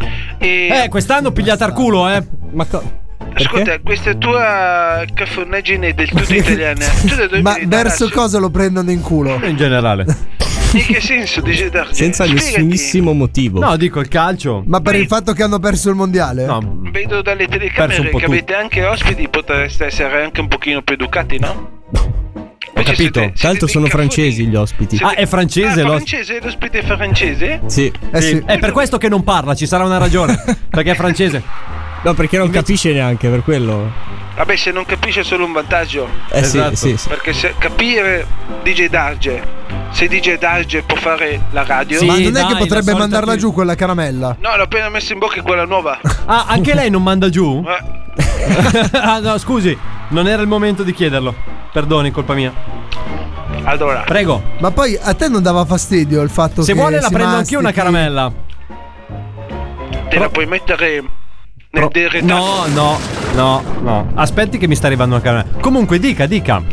E Quest'anno pigliata al culo, Ma ascolta, questa tua cafonaggine del tutto italiana. Tu da dove Ma vieni? Da verso Lazio? cosa lo prendono in culo? in generale. In che senso, dice Darge? Senza Spiegati. nessunissimo motivo. No, dico il calcio. Ma per il fatto che hanno perso il mondiale? No. Vedo dalle Perso telecamere un po' che tu. avete anche ospiti, potreste essere anche un pochino più educati, no? Ho capito. Tra l'altro sono francesi gli ospiti. Ah, è francese francese? L'ospite è francese? Sì. Sì. È per questo che non parla, ci sarà una ragione. Perché è francese. No, perché non capisce neanche, per quello. Vabbè, se non capisce è solo un vantaggio. Esatto. Sì. Perché se capire DJ Darge, se DJ Darge può fare la radio. Sì, Ma non è dai, che potrebbe la solita mandarla più. giù quella caramella? No, l'ho appena messo in bocca quella nuova. Ah, anche lei non manda giù? Eh, Ah, no, scusi, non era il momento di chiederlo. Perdoni, colpa mia. Allora, Prego. Ma poi a te non dava fastidio il fatto Se che vuole la si prendo anch'io una mastichi? caramella. te la puoi mettere nel deretato. No. Aspetti che mi sta arrivando una caramella. Comunque, dica.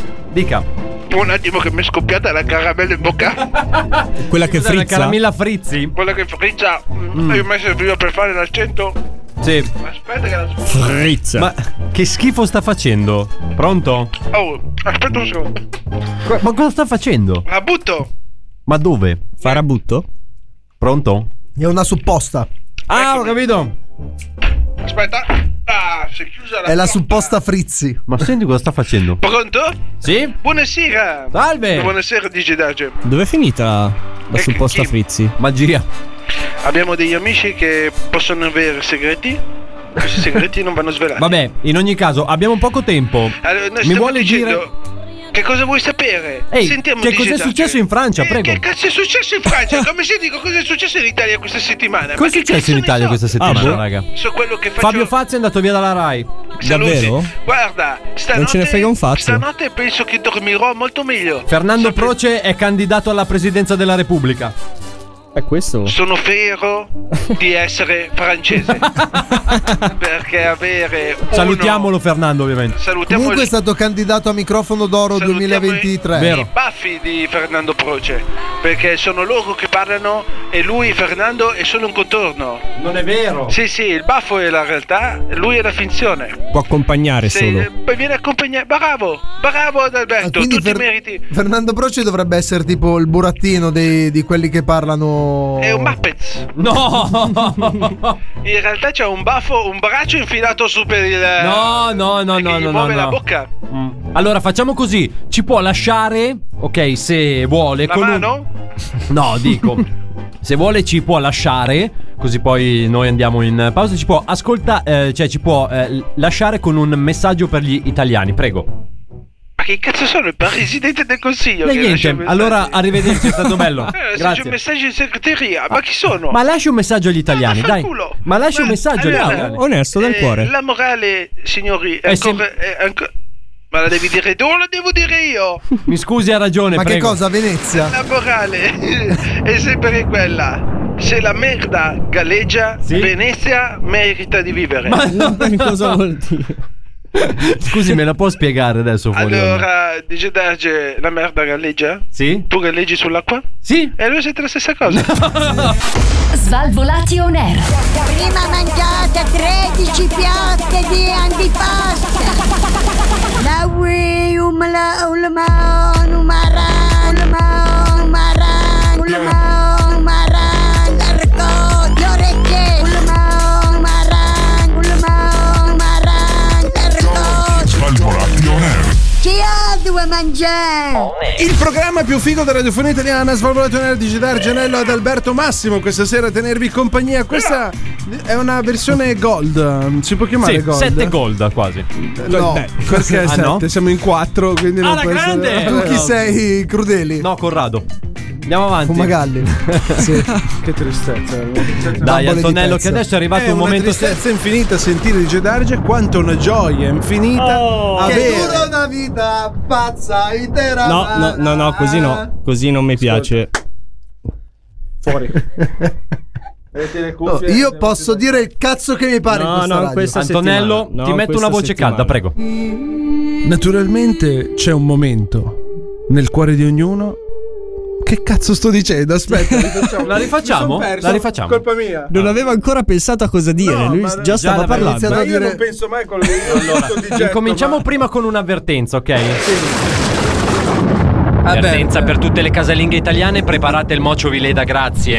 Un attimo che mi è scoppiata la caramella in bocca. Quella che Cos'è, la frizza. caramella frizzi? Quella che frizza. Io ho messo prima per fare l'accento. Sì. Aspetta che la Frizza. Ma che schifo sta facendo? Pronto? Oh, aspetta un secondo. Ma cosa sta facendo? La butto. Ma dove? Farabutto? Pronto? È una supposta. Ah, ho capito. Aspetta. Ah, si è chiusa la È la porta. supposta Frizzi. Ma senti cosa sta facendo? Pronto? Sì? Buonasera. Salve. Buonasera DJ Darge. Dov'è finita la supposta chi? Frizzi? Magia. Abbiamo degli amici che possono avere segreti. Questi segreti non vanno svelati. Vabbè, in ogni caso, abbiamo poco tempo. Allora, noi Mi stiamo vuole dicendo dire... che cosa vuoi sapere? Ehi, Sentiamo che DJ cos'è Darge. successo in Francia, prego. Che cazzo è successo in Francia? Come si dico cosa è successo in Italia questa settimana? Cosa è successo in Italia questa settimana, raga? So quello che faccio. Fabio Fazio è andato via dalla Rai. Davvero? Guarda, stanotte, Non ce ne frega un fazzo. Stanotte penso che dormirò molto meglio. Fernando Proce è candidato alla presidenza della Repubblica. È questo? Sono fiero di essere francese. Perché avere Salutiamolo Fernando, ovviamente. Salutiamo Comunque è stato candidato a microfono d'oro 2023. Vero. i baffi di Fernando Proce. Perché sono loro che parlano e lui, Fernando, è solo un contorno. Non è vero. Sì, il baffo è la realtà, lui è la finzione. Può accompagnare solo. Poi viene accompagnato. Bravo Adalberto, Quindi tu ti meriti. Fernando Proce dovrebbe essere tipo il burattino di quelli che parlano sono... È un Muppets. No! In realtà c'è un braccio infilato su per il... No. muove la bocca. Allora facciamo così, ci può lasciare, ok, se vuole. La mano? No, dico, se vuole ci può lasciare, così poi noi andiamo in pausa. Ci può ci può lasciare con un messaggio per gli italiani, prego. Ma che cazzo sono il presidente del consiglio? Niente, allora arrivederci, è stato bello. Grazie. Un messaggio in segreteria, ma chi sono? Ma lasci un messaggio agli italiani, dai. Ma lasci un messaggio agli italiani. Onesto dal cuore. La morale, signori, è ancora... Ma la devi dire tu o la devo dire io? Mi scusi, ha ragione, ma prego. Che cosa, Venezia? La morale è sempre quella. Se la merda galleggia, Venezia merita di vivere. Ma no, cosa vuol dire? Scusi, me la può spiegare adesso? Allora, dice Darge, la merda galleggia? Sì. Tu galleggi sull'acqua? Sì. E noi siete la stessa cosa. Svalvolati on air. Prima mangiate 13 piatte di antipasto. La ui umala ulama numara ulama l'arco le orecchie ulama l'arco. Svalvolati on air. Chi ha due mangiare? Il programma più figo della radiofonia italiana, Svalvolato on air di Dargenello ad Alberto Massimo. Questa sera a tenervi compagnia. Questa è una versione gold. Si può chiamare gold? 7 gold quasi. No, perché 7? No? Siamo in 4, quindi non può grande! Tu chi sei, Crudeli? No, Corrado. Andiamo avanti. Fumagalli. Sì. Che tristezza. Dai, Antonello, che adesso è arrivato un momento. È una tristezza infinita sentire di Darge, quanto una gioia infinita avere. Che dura una vita pazza intera. No, così no. Così non mi piace. Fuori. Io posso dire il cazzo che mi pare in questa radio. Antonello, ti metto una voce calda, prego. Naturalmente c'è un momento nel cuore di ognuno. Che cazzo sto dicendo? Aspetta, la rifacciamo? La rifacciamo. Colpa mia. Non aveva ancora pensato a cosa dire. No, lui già stava parlando. Ma io non penso mai a quello che allora, cominciamo prima con un'avvertenza, ok? Sì. Avvertenza per tutte le casalinghe italiane, preparate il mocio Vileda, grazie.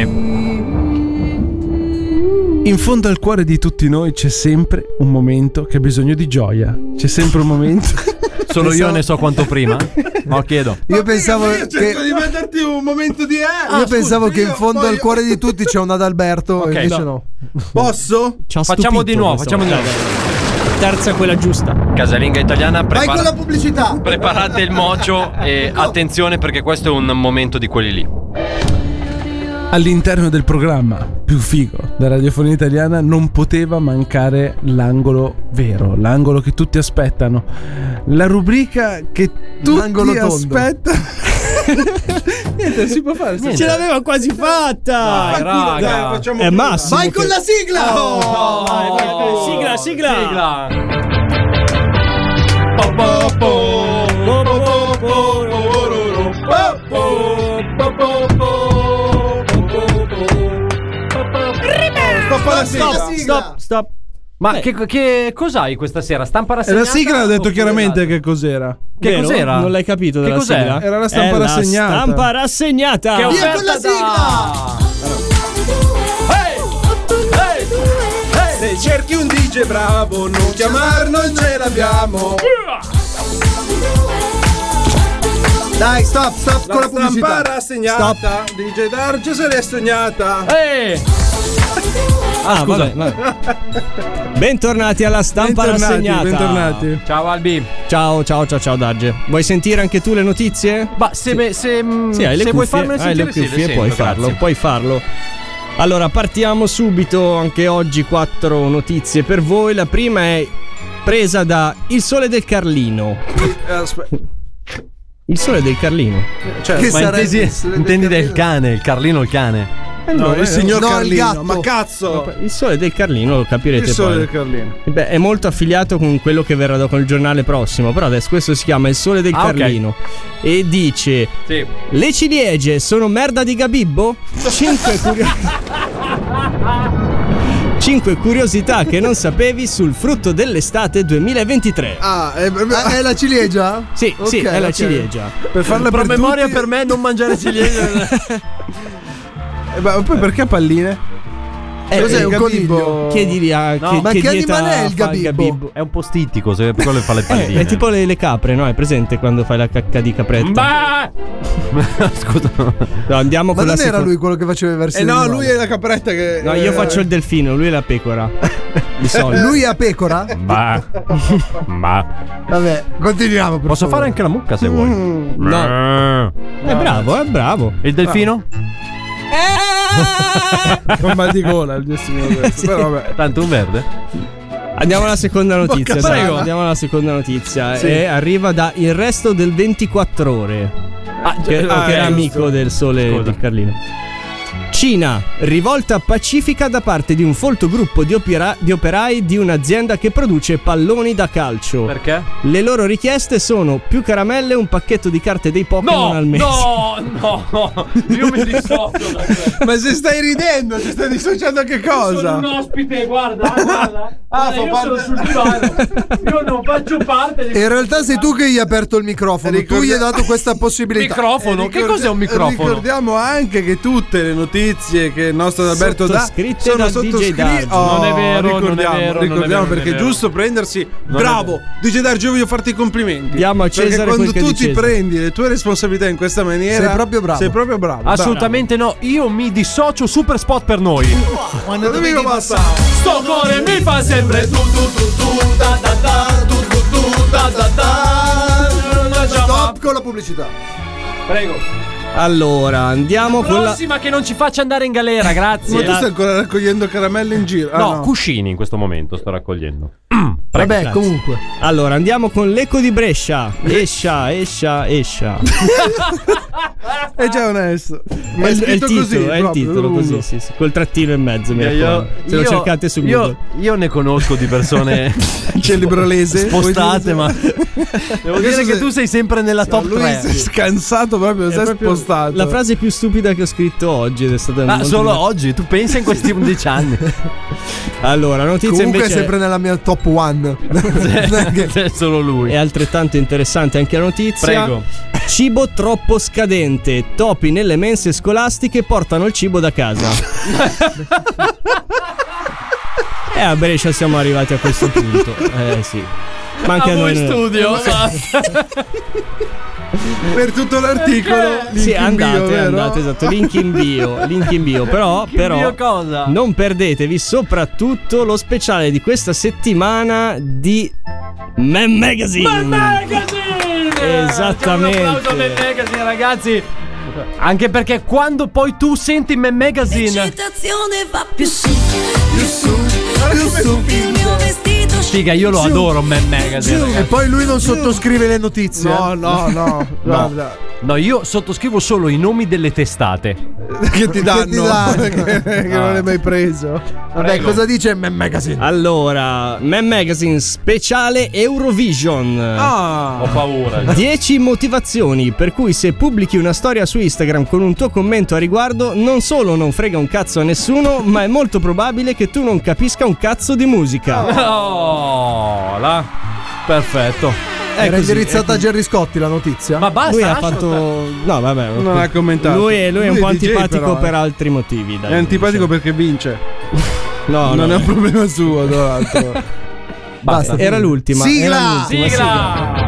In fondo al cuore di tutti noi c'è sempre un momento che ha bisogno di gioia. C'è sempre un momento. Solo io ne so quanto prima? No, chiedo. Io pensavo io cerco di metterti un momento di io pensavo che in fondo al cuore di tutti c'è un Adalberto, okay, invece no. Posso? Facciamo di nuovo, Terza quella giusta. Casalinga italiana, vai con la pubblicità. Preparate il mocio e attenzione perché questo è un momento di quelli lì. All'interno del programma più figo della radiofonia italiana non poteva mancare l'angolo vero, l'angolo che tutti aspettano, la rubrica che tutti aspettano. Niente, si può fare. Ce l'aveva quasi fatta. Dai, raga. È Massimo. Vai con la sigla. Vai. Sigla. Stop. Ma che cos'hai questa sera? Stampa rassegnata? La sigla ha detto chiaramente che cos'era. Che cos'era? Non l'hai capito della sigla? Era la stampa rassegnata. Stampa rassegnata. Che via con la sigla! Se cerchi un DJ bravo, non chiamarlo, ce l'abbiamo. Dai, stop con la pubblicità. Stampa rassegnata. Stop. DJ Darge se l'è sognata. Scusa. Vabbè. Bentornati alla stampa rassegnata. Bentornati. Ciao Albi. Ciao Darge. Vuoi sentire anche tu le notizie? Ma se hai le vuoi cuffie, farmele sentire, hai le cuffie, puoi farlo. Allora, partiamo subito. Anche oggi 4 notizie per voi. La prima è presa da Il Sole del Carlino. Il Sole del Carlino. Cioè, ma intendi del cane, il Carlino il cane. No, il signor Carlino. Il ma cazzo! Il Sole del Carlino lo capirete poi. Il Sole del Carlino. Beh, è molto affiliato con quello che verrà dopo il giornale prossimo. Però adesso questo si chiama Il Sole del Carlino. Okay. E dice: sì. Le ciliegie sono merda di Gabibbo? 5 curiosità che non sapevi sul frutto dell'estate 2023. È la ciliegia? Sì, okay, è la ciliegia. Per farla promemoria per me non mangiare ciliegie. Poi perché palline? Cos'è un coniglio? Chiedi a ma che dieta animale è il fa gabibbo? È un po' stitico, se quello fa le palline. È tipo le capre, no? È presente quando fai la cacca di capretta? Scusa. No, andiamo Ma con non la era seconda. lui quello che faceva i versi? No, lui è la capretta che. No, io faccio il delfino, lui è la pecora. Di solito. Lui è a pecora? Ma Vabbè, continuiamo. Posso fare anche la mucca se vuoi. No. È bravo. Il delfino? Con mal di gola il destino questo. Però vabbè. Tanto un verde. Andiamo alla seconda notizia. Bocca, prego. Andiamo alla seconda notizia. Sì. E arriva da Il Resto del 24 Ore. Che era amico del Sole di Carlino. Cina, rivolta pacifica da parte di un folto gruppo di operai di un'azienda che produce palloni da calcio. Perché? Le loro richieste sono più caramelle e un pacchetto di carte dei Pokémon al mese. No, io mi dissocio da questo. Ma se stai ridendo, ti stai dissociando a che cosa? Sono un ospite, guarda. Fa io parte sono sul divano. Io non faccio parte di... In realtà sei tu che gli hai aperto il microfono. Tu gli hai dato questa possibilità. Microfono? Che cos'è un microfono? Ricordiamo anche che tutte le notizie che il nostro Alberto dà Sottoscritte sono dal sottoscritte. DJ Darge. Non è vero, non è vero, Ricordiamo perché non è vero. giusto prendersi. Non è Bravo, DJ Darge, io voglio farti i complimenti. Diamo a Cesare perché quando quel che tu è di ti Cesare. prendi le tue responsabilità in questa maniera, Sei proprio bravo. Sei proprio bravo. Assolutamente no, io mi dissocio. Super spot per noi. Quando Dovevo passare. Sto cuore mi fa sempre tu da da da da da da. Stop con la pubblicità. Prego. Allora, andiamo con la Prossima che non ci faccia andare in galera, grazie. Ma tu stai ancora raccogliendo caramelle in giro? No, cuscini in questo momento sto raccogliendo. Vabbè, grazie. comunque. Allora, andiamo con l'eco di Brescia. Escia. È già onesto. Ma È il scritto titolo, così, è il proprio, titolo lungo. così, sì, col trattino in mezzo, mi raccomando. Se lo cercate su Google. Io ne conosco di persone C'è il librolese spostate, ma devo dire che tu sei sempre nella top lui 3. si è scansato proprio, si è spostato. La frase più stupida che ho scritto oggi ed è stata molto Solo divertente. oggi, tu pensa in questi 11 anni. Allora, notizia Comunque invece è sempre nella mia top one. C'è solo lui. è altrettanto interessante anche la notizia. Prego. Cibo troppo scadente. Topi nelle mense scolastiche portano il cibo da casa. E a Brescia siamo arrivati a questo punto. Sì. Ma anche a noi studio. Per tutto l'articolo, link Sì, in bio, andate, vero? esatto, link in bio, però bio cosa? non perdetevi soprattutto lo speciale di questa settimana di Man Magazine. Esattamente. Un applauso del Magazine, ragazzi. Anche perché quando poi tu senti Man Magazine, L'eccitazione va più su, Più il mio vestito figa, io lo adoro Man Magazine, E ragazzi. poi lui non sottoscrive le notizie. No, guarda. No, io sottoscrivo solo i nomi delle testate. Che ti danno? danno. che non l'hai mai preso. Vabbè, Prego. cosa dice Man Magazine? Allora, Man Magazine speciale Eurovision. Ho paura. 10 motivazioni per cui se pubblichi una storia su Instagram con un tuo commento a riguardo non solo non frega un cazzo a nessuno, ma è molto probabile che tu non capisca un cazzo di musica. Oh, là. Perfetto. Era così, indirizzata a Gerry Scotti la notizia. Ma basta. Lui ha lascia fatto No, vabbè. Non ha commentato. Lui è un po' DJ antipatico però, per altri motivi, dai. È antipatico perché vince. No, non no. è un problema suo, tra l'altro. Basta. Era l'ultima. Sigla! Era l'ultima, Sigla!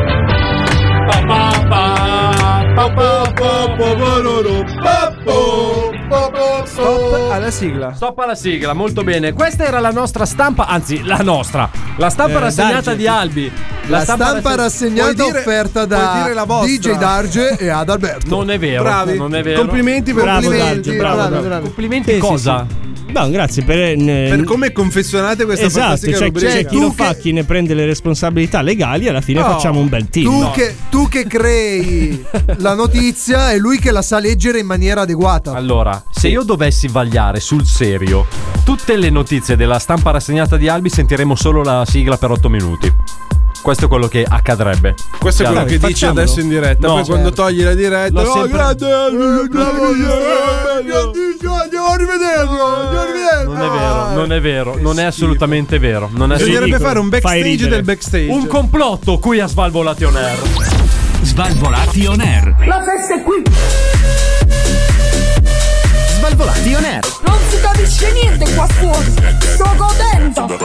Stop alla sigla. Stop alla sigla, molto bene. Questa era la nostra stampa, anzi la nostra. La stampa rassegnata Darge. di Albi. La stampa rassegnata Puoi dire- offerta puoi da dire la vostra. DJ Darge e ad Alberto. Non è vero. Bravi. Non è vero. Complimenti per Bravo, complimenti. Darge, bravo. Complimenti Sì, cosa? sì. No, grazie Per come confezionate questa Esatto, fantastica cioè rubrica. c'è chi lo fa, chi ne prende le responsabilità legali, alla fine No. facciamo un bel team. Tu che crei la notizia e lui che la sa leggere in maniera adeguata. Allora, se io dovessi vagliare sul serio tutte le notizie della stampa rassegnata di Albi, sentiremo solo la sigla per 8 minuti. Questo è quello che accadrebbe. Questo è quello che dici facciamolo. adesso in diretta. No, Poi quando togli la diretta, L'ho sempre- Andiamo a rivederlo. Non è vero, non è vero, non è assolutamente vero. Non è bisognerebbe assolutamente fare un Fai backstage ridere. del backstage. un complotto qui a Svalvolati on Air. Svalvolati on air. La festa è qui.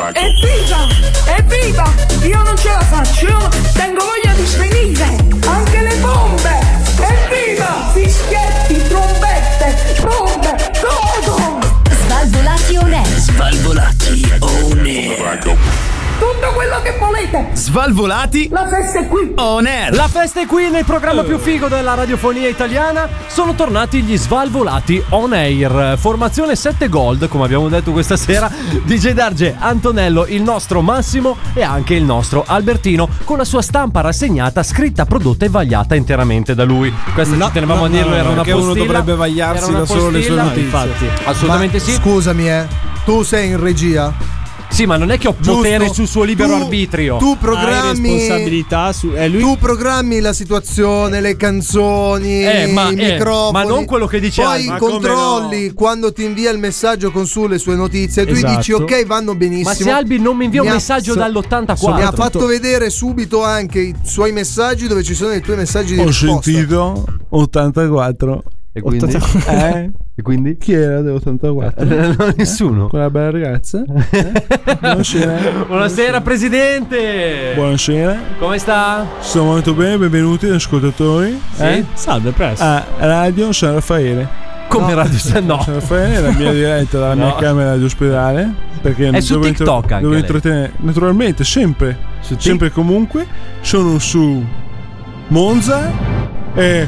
Evviva! Io non ce la faccio, io tengo voglia di svenire! Anche le bombe! Evviva! Fischietti, trombette, bombe, godo! Svalvolati on air. Svalvolati on air. Tutto quello che volete! Svalvolati. La festa è qui! On air. La festa è qui nel programma più figo della radiofonia italiana. Sono tornati gli Svalvolati on air. Formazione 7 Gold, come abbiamo detto questa sera. DJ Darge, Antonello, il nostro Massimo e anche il nostro Albertino, con la sua stampa rassegnata, scritta, prodotta e vagliata interamente da lui. Questa ci tenevamo a dirlo, era una postilla. Uno dovrebbe vagliarsi da solo le sue notizie. Infatti, assolutamente sì. Scusami, tu sei in regia? Sì, ma non è che ho potere sul suo libero arbitrio. Tu programmi responsabilità su lui. Tu programmi la situazione, le canzoni, i microfoni. Ma non quello che dice Poi controlli quando ti invia il messaggio con su le sue notizie. Tu dici ok, vanno benissimo. Ma se Albi non mi invia un messaggio dall'84, mi ha fatto vedere subito anche i suoi messaggi dove ci sono i tuoi messaggi di risposta. Ho sentito 84. E quindi? E quindi? Chi era dell'84? Nessuno. Quella bella ragazza? Buonasera. Buonasera presidente. Buonasera. Come sta? Sto molto bene, benvenuti ascoltatori. Sì? Salve, presto. A Radio San Raffaele. Come Radio San No. San Raffaele è la mia diretta dalla mia camera di ospedale. Perché è su TikTok anche. Devo intrattenere. Naturalmente, sempre. Sempre e comunque. Sono su Monza e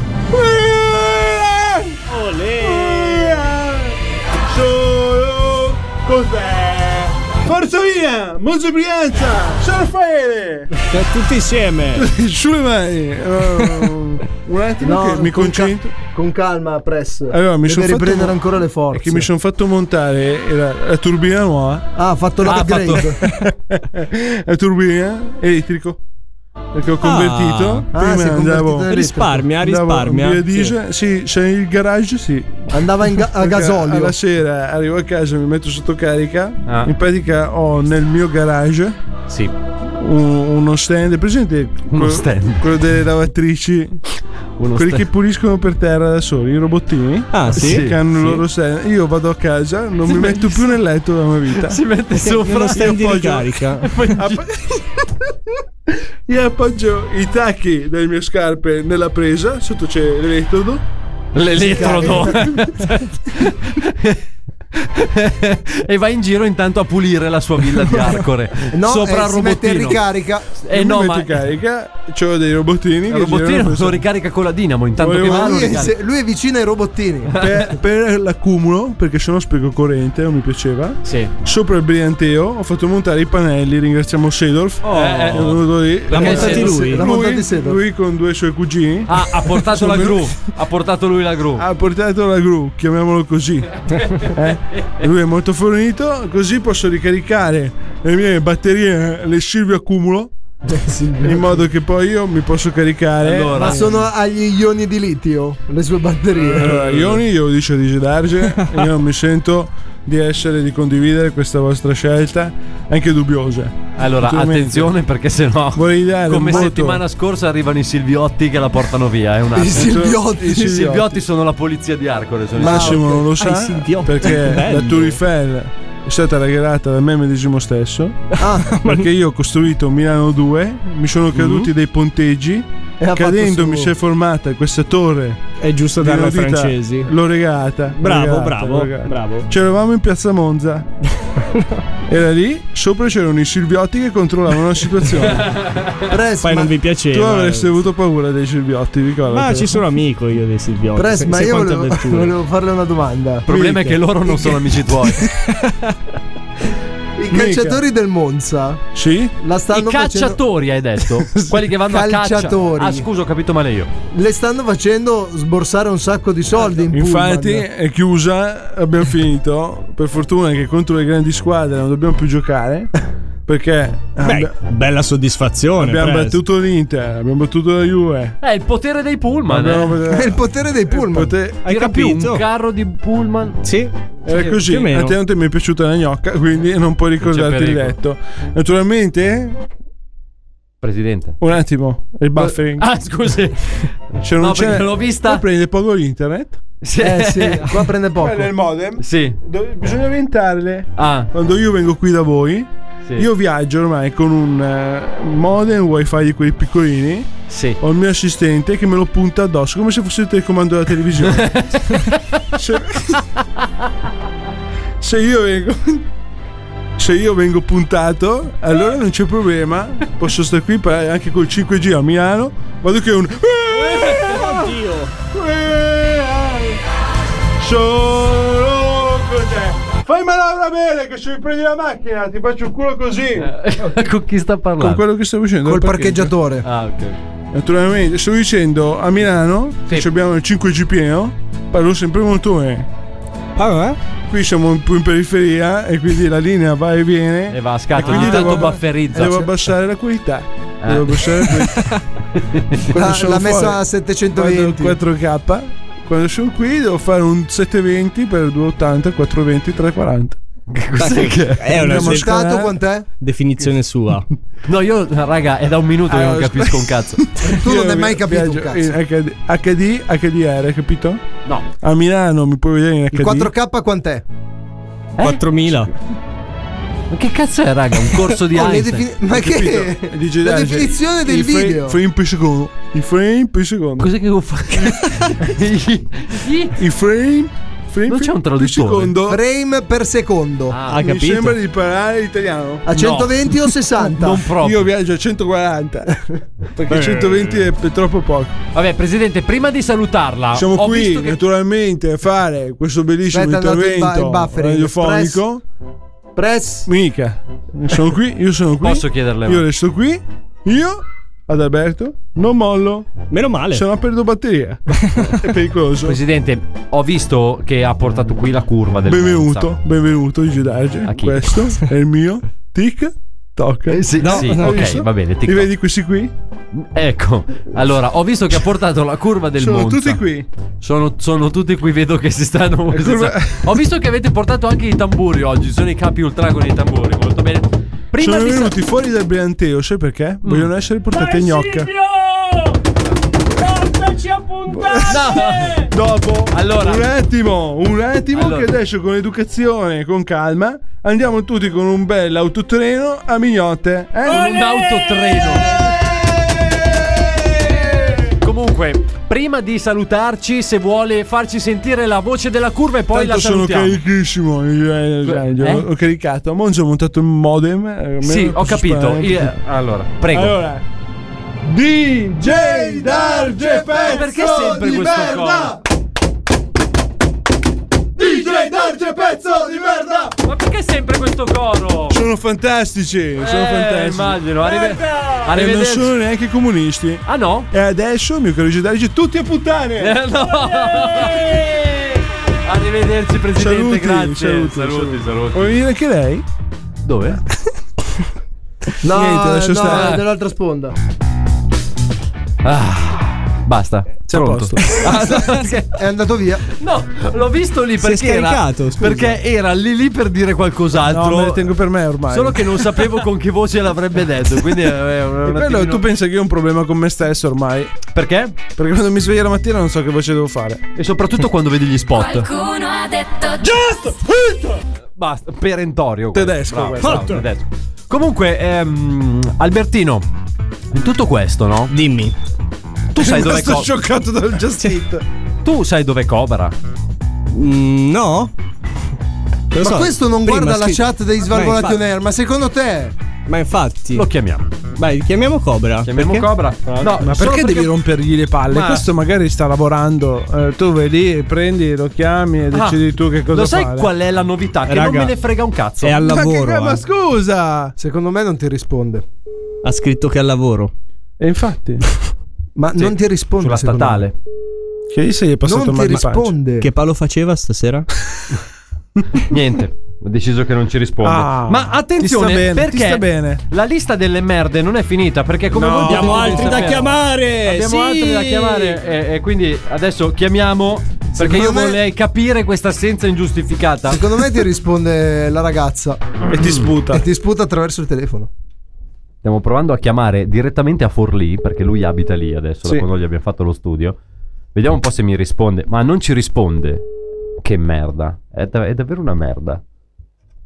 solo cos'è? Forza via! Monza Brianza! San Raffaele! Tutti insieme! Sulle mani! Un attimo che mi concentro. Con calma, Press. Allora, mi sono riprendere ancora le forze. È che mi sono fatto montare la turbina nuova. Ha fatto l'upgrade. La turbina elettrico. Perché ho convertito. Prima andavo. Risparmia. Via diesel. Sì, sei il garage, sì. Andava a gasolio. Alla sera arrivo a casa, mi metto sotto carica. In pratica ho nel mio garage uno stand. Presente? Quello delle lavatrici. Quelli che puliscono per terra da soli, i robottini. Che hanno il loro stand. Io vado a casa, non mi metto più nel letto da una vita. Si mette sopra uno stand di ricarica. Io appoggio i tacchi delle mie scarpe nella presa, sotto c'è l'elettrodo. E va in giro intanto a pulire la sua villa di Arcore. Sopra il robottino. Si mette in ricarica. Mi metto in carica. C'ho dei robottini. Il robottino lo ricarica con la dinamo. Intanto che va lui è vicino ai robottini. Per l'accumulo, perché sennò spreco corrente, non mi piaceva. Sopra il brillanteo ho fatto montare i pannelli. Ringraziamo Sedorf. È venuto lì. L'ha montati lui. Lui con due suoi cugini. Ha portato la gru. Ha portato lui la gru. Ha portato la gru, chiamiamolo così. Lui è molto fornito, così posso ricaricare le mie batterie, le Silvio accumulo, in modo che poi io mi posso caricare. Ma sono agli ioni di litio le sue batterie. Allora, ioni, io lo dico a DJ Darge, io non mi sento di condividere questa vostra scelta, anche dubbiosa. Allora, attenzione, perché sennò come settimana scorsa arrivano i Silviotti che la portano via. È un attimo. I Silviotti sono la polizia di Arcore. Massimo non lo sa, perché la Tour Eiffel è stata regalata da me medesimo stesso. Perché io ho costruito Milano 2, mi sono caduti dei ponteggi. Cadendo mi si è formata questa torre. È giusto darla ai francesi. L'ho regalata. Bravo. C'eravamo in piazza Monza. Era lì, sopra c'erano i Silviotti che controllavano la situazione. Poi non vi piaceva. Tu avresti avuto paura dei Silviotti, ricorda? Ma ci sono amico io dei Silviotti. Ma io volevo farle una domanda. Il problema è che loro non sono amici tuoi. I calciatori del Monza. Sì? La stanno I cacciatori hai detto? Quelli che vanno a caccia. Scusa, ho capito male io. Le stanno facendo sborsare un sacco di soldi in Infatti pullman. È chiusa, abbiamo finito. Per fortuna che contro le grandi squadre non dobbiamo più giocare. Perché bella soddisfazione. Abbiamo battuto l'Inter, abbiamo battuto la Juve. È il potere dei pullman. È il potere dei pullman. Hai capito? Un carro di pullman. Sì. Era così. A te non ti è mai piaciuta la gnocca, quindi non puoi ricordarti il letto. Naturalmente. Presidente. Un attimo, il buffering. Scusi. Non perché l'ho vista. Qua prende poco l'internet. Sì, qua prende poco. Prende il modem. Sì. Bisogna orientarle. Quando io vengo qui da voi. Io viaggio ormai con un modem wifi di quelli piccolini. Sì. Ho il mio assistente che me lo punta addosso come se fosse il telecomando della televisione. Se io vengo puntato, allora non c'è problema. Posso stare qui anche col 5G a Milano. Vado che un Oddio. Solo con te. Fai manovra bene che se mi prendi la macchina ti faccio il culo così. Con chi sta parlando? Con quello che stavo dicendo. Col parcheggiatore. Ah, ok. Naturalmente, sto dicendo a Milano che abbiamo il 5G pieno. Parlo sempre molto bene. Qui siamo un po' in periferia e quindi la linea va e viene. E va a scatto, quindi ogni tanto bufferizza. Devo abbassare la qualità. Devo abbassare la qualità. L'ha messa a 720. 4K. Quando sono qui devo fare un 720 per 280, 420, 340. Cos'è che è una stato quant'è? Definizione sua. No, io raga, è da un minuto che non capisco un cazzo. Tu non hai mai capito un cazzo. In HDR, capito? No. A Milano mi puoi vedere in HD. Il 4K quant'è? 4000. Ma che cazzo è, raga? Un corso di Einstein? Ma che? La definizione del video. Frame per secondo. I frame per secondo. Cos'è che devo fare? I frame. Non c'è un traduttore. Frame per secondo. Ha Mi capito? sembra di parlare italiano. A 120 o 60? Non proprio. Io viaggio a 140 perché 120 è troppo poco. Vabbè, presidente, prima di salutarla, Siamo ho qui visto che... naturalmente a fare questo bellissimo intervento radiofonico. Press. Mica. Sono qui, io sono qui. Posso chiederle? Io resto qui. Io ad Alberto non mollo. Meno male. Se no perdo batteria. È pericoloso. Presidente, ho visto che ha portato qui la curva del Benvenuto Gigi Darge. A chi? Questo è il mio TikTok. Sì, ok, va bene. Li vedi questi qui? Ecco, allora ho visto che ha portato la curva del Sono Monza. tutti qui. Sono tutti qui, vedo che si stanno. Ho visto che avete portato anche i tamburi oggi. Sono i capi ultra con i tamburi, molto bene. Prima sono venuti fuori dal brillanteo, sai perché? Vogliono essere portati a gnocca. Portaci a puntate! Dopo, allora, un attimo allora, che adesso con educazione, con calma, andiamo tutti con un bel autotreno a Mignotte. Un autotreno. Comunque, prima di salutarci, se vuole farci sentire la voce della curva e poi tanto la salutiamo. sono carichissimo. Ho caricato. Monza ho montato il modem. Sì, ho capito. Allora, prego. Allora, DJ Darge pezzo perché sempre di questo merda? DJ Darge pezzo di merda! Ma perché sempre questo coro? Sono fantastici, sono fantastici. Immagino. E Arrivederci. non sono neanche comunisti. Ah no? E adesso, mio caro DJ Darge, tutti a puttane! No. Arrivederci, presidente. Grazie. Saluti. Saluti. Vuoi venire anche lei? Dove? No, Niente, adesso sta nell'altra sponda. Basta. C'è a posto. È andato via. No, l'ho visto lì perché si è scaricato, scusa. perché era lì per dire qualcos'altro. No, me le tengo per me ormai. Solo che non sapevo con che voce l'avrebbe detto. Quindi quello, tu pensa che io ho un problema con me stesso ormai? Perché? Perché quando mi sveglio la mattina non so che voce devo fare. E soprattutto quando vedi gli spot. Qualcuno ha detto Just! Basta, perentorio. Tedesco, Bravo, tedesco. Comunque, Albertino, in tutto questo, no? Dimmi. Tu sai dove Sono scioccato dal Just Eat. Tu sai dove Cobra? No. Ma questo non guarda la chat dei Svalvolati on Air, ma secondo te? Ma infatti. Lo chiamiamo. Vai, chiamiamo Cobra. Chiamiamo Cobra? No, ma perché devi rompergli le palle? Questo magari sta lavorando. Tu vai lì, prendi, lo chiami e decidi tu che cosa fare. Lo sai qual è la novità? Che non me ne frega un cazzo. È al lavoro. Ma scusa! Secondo me non ti risponde. Ha scritto che è al lavoro. E infatti. Ma non ti risponde sulla statale. Che gli sei passato non mal ti di pancia? risponde. Che palo faceva stasera? Niente. Ho deciso che non ci risponde. Ma attenzione, ti sta bene. la lista delle merde non è finita. Perché come voi abbiamo potete altri da sapere, chiamare. abbiamo altri da chiamare. E quindi adesso chiamiamo. Perché io vorrei capire questa assenza ingiustificata. Secondo me ti risponde la ragazza e ti sputa. E ti sputa attraverso il telefono. Stiamo provando a chiamare direttamente a Forlì, perché lui abita lì adesso, da quando gli abbiamo fatto lo studio. Vediamo un po' se mi risponde. Ma non ci risponde. Che merda. È davvero una merda.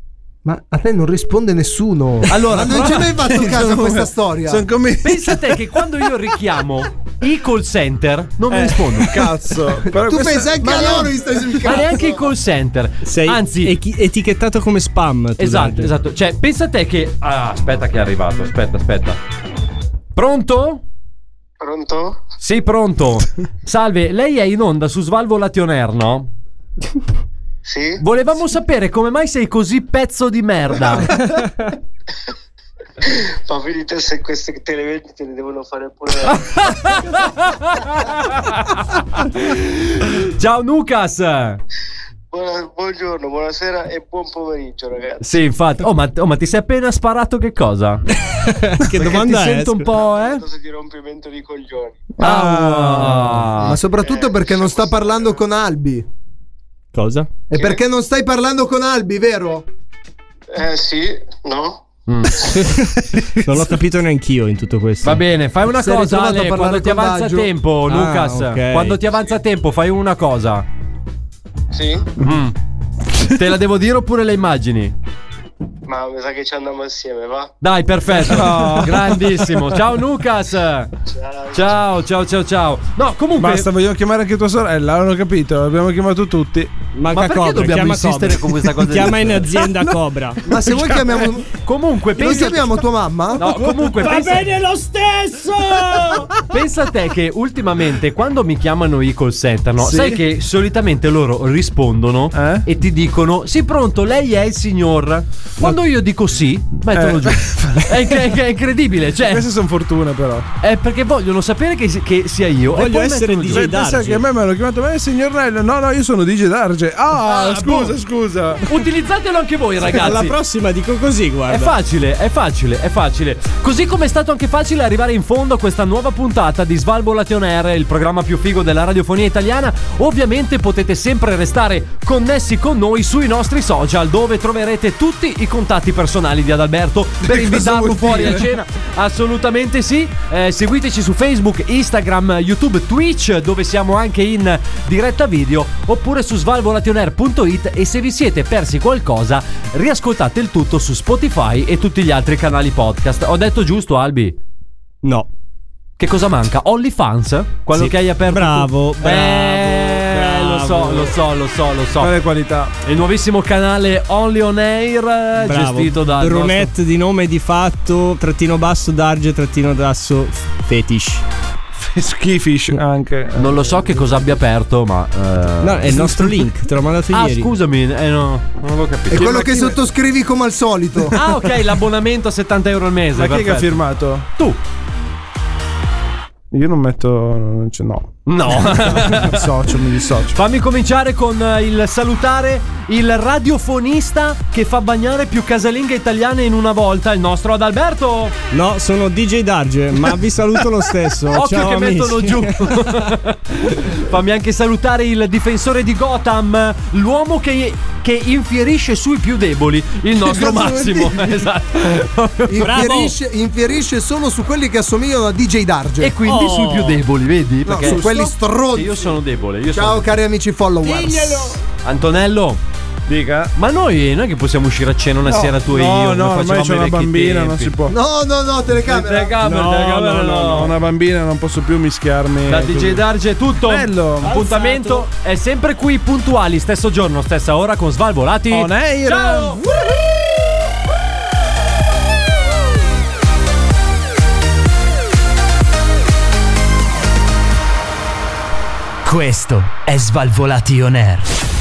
Ma a te non risponde nessuno. Allora, ma non ci hai mai fatto caso a questa storia? Pensa a te che quando io richiamo i call center non mi rispondono. Cazzo. Però tu pensi anche a loro gli stai sul cazzo. Ma neanche i call center. Sei anzi etichettato come spam. Esatto. Cioè, pensa a te che aspetta che è arrivato. Aspetta. Pronto? Pronto? Sì, pronto. Salve, lei è in onda su Svalvolati On Air, no? Sì. Volevamo sapere come mai sei così pezzo di merda. Ma vedi te se queste televendite ne devono fare pure. Ciao Lucas. Buongiorno, buonasera e buon pomeriggio, ragazzi. Sì, infatti. Ma ti sei appena sparato che cosa? Che domanda ti è? sento un po', Di rompimento di coglioni. Ma soprattutto perché non sta parlando con Albi. Cosa? E perché non stai parlando con Albi, vero? Sì, no? Non l'ho capito neanch'io in tutto questo. Va bene, fai una Sei cosa, ritrovato a Ale, parlare quando ti con avanza Baggio? tempo, Lucas. ok. Quando ti avanza tempo, fai una cosa. Sì? Te la devo dire oppure le immagini? Ma mi sa che ci andiamo assieme, va? Dai, perfetto. Grandissimo. Ciao Lucas. Ciao. No, comunque Basta, vogliamo chiamare anche tua sorella, non ho capito, abbiamo chiamato tutti. Ma perché dobbiamo insistere con questa cosa? Chiama in azienda Cobra. Ma se vuoi chiamiamo. Comunque, Non chiamiamo tua mamma? No, comunque Va bene lo stesso. Pensa a te che ultimamente quando mi chiamano i call center, no? Sì. Sai che solitamente loro rispondono e ti dicono: sì, pronto, lei è il signor. Quando io dico sì, mettono giù. È incredibile, cioè. Queste sono fortune, però. È perché vogliono sapere che sia io. Voglio essere DJ DJ Pensa Darge. che a me mi hanno chiamato, ma è il signor Nello. No, io sono DJ Darge. Scusa. Utilizzatelo anche voi, ragazzi. Alla prossima dico così, guarda. È facile. Così come è stato anche facile arrivare in fondo a questa nuova puntata di Svalvolati On Air, il programma più figo della radiofonia italiana. Ovviamente potete sempre restare connessi con noi sui nostri social, dove troverete tutti i contatti personali di Adalberto per invitarlo fuori a cena. Assolutamente sì. Seguiteci su Facebook, Instagram, YouTube, Twitch, dove siamo anche in diretta video, oppure su svalvolationair.it. e se vi siete persi qualcosa, riascoltate il tutto su Spotify e tutti gli altri canali podcast. Ho detto giusto, Albi? No. Che cosa manca? OnlyFans? Quello Sì. che hai aperto Bravo. Lo so. Quale qualità? Il nuovissimo canale Only On Air, gestito da Brunette di nome di fatto _ Darge _ Fetish. Schifish anche. Non lo so che cosa abbia aperto, ma No, è il nostro link, te l'ho mandato ieri. Scusami, no, non avevo capito. È quello che sottoscrivi come al solito. Ok, l'abbonamento a 70 euro al mese. Ma chi è che ha perfetto. firmato? Tu. Io non metto. No. Mi dissocio. Fammi cominciare con il salutare il radiofonista che fa bagnare più casalinghe italiane in una volta, il nostro Adalberto. No, sono DJ Darge, ma vi saluto lo stesso. Occhio Ciao, che amici. mettono giù. Fammi anche salutare il difensore di Gotham, l'uomo che infierisce sui più deboli, il nostro Massimo. Esatto. Infierisce solo su quelli che assomigliano a DJ Darge. E quindi sui più deboli, vedi? No, Perché su quelli stronzi. io sono debole. Ciao cari amici followers. Antonello, dica. ma noi non è che possiamo uscire a cena una sera tu e io? No, ormai c'è una bambina, non si può. No, telecamera. No, una bambina, non posso più mischiarmi. Da DJ Darge è tutto. Bello. L'appuntamento è sempre qui, puntuali, stesso giorno, stessa ora, con Svalvolati On Air. Ciao. Questo è Svalvolati On Air.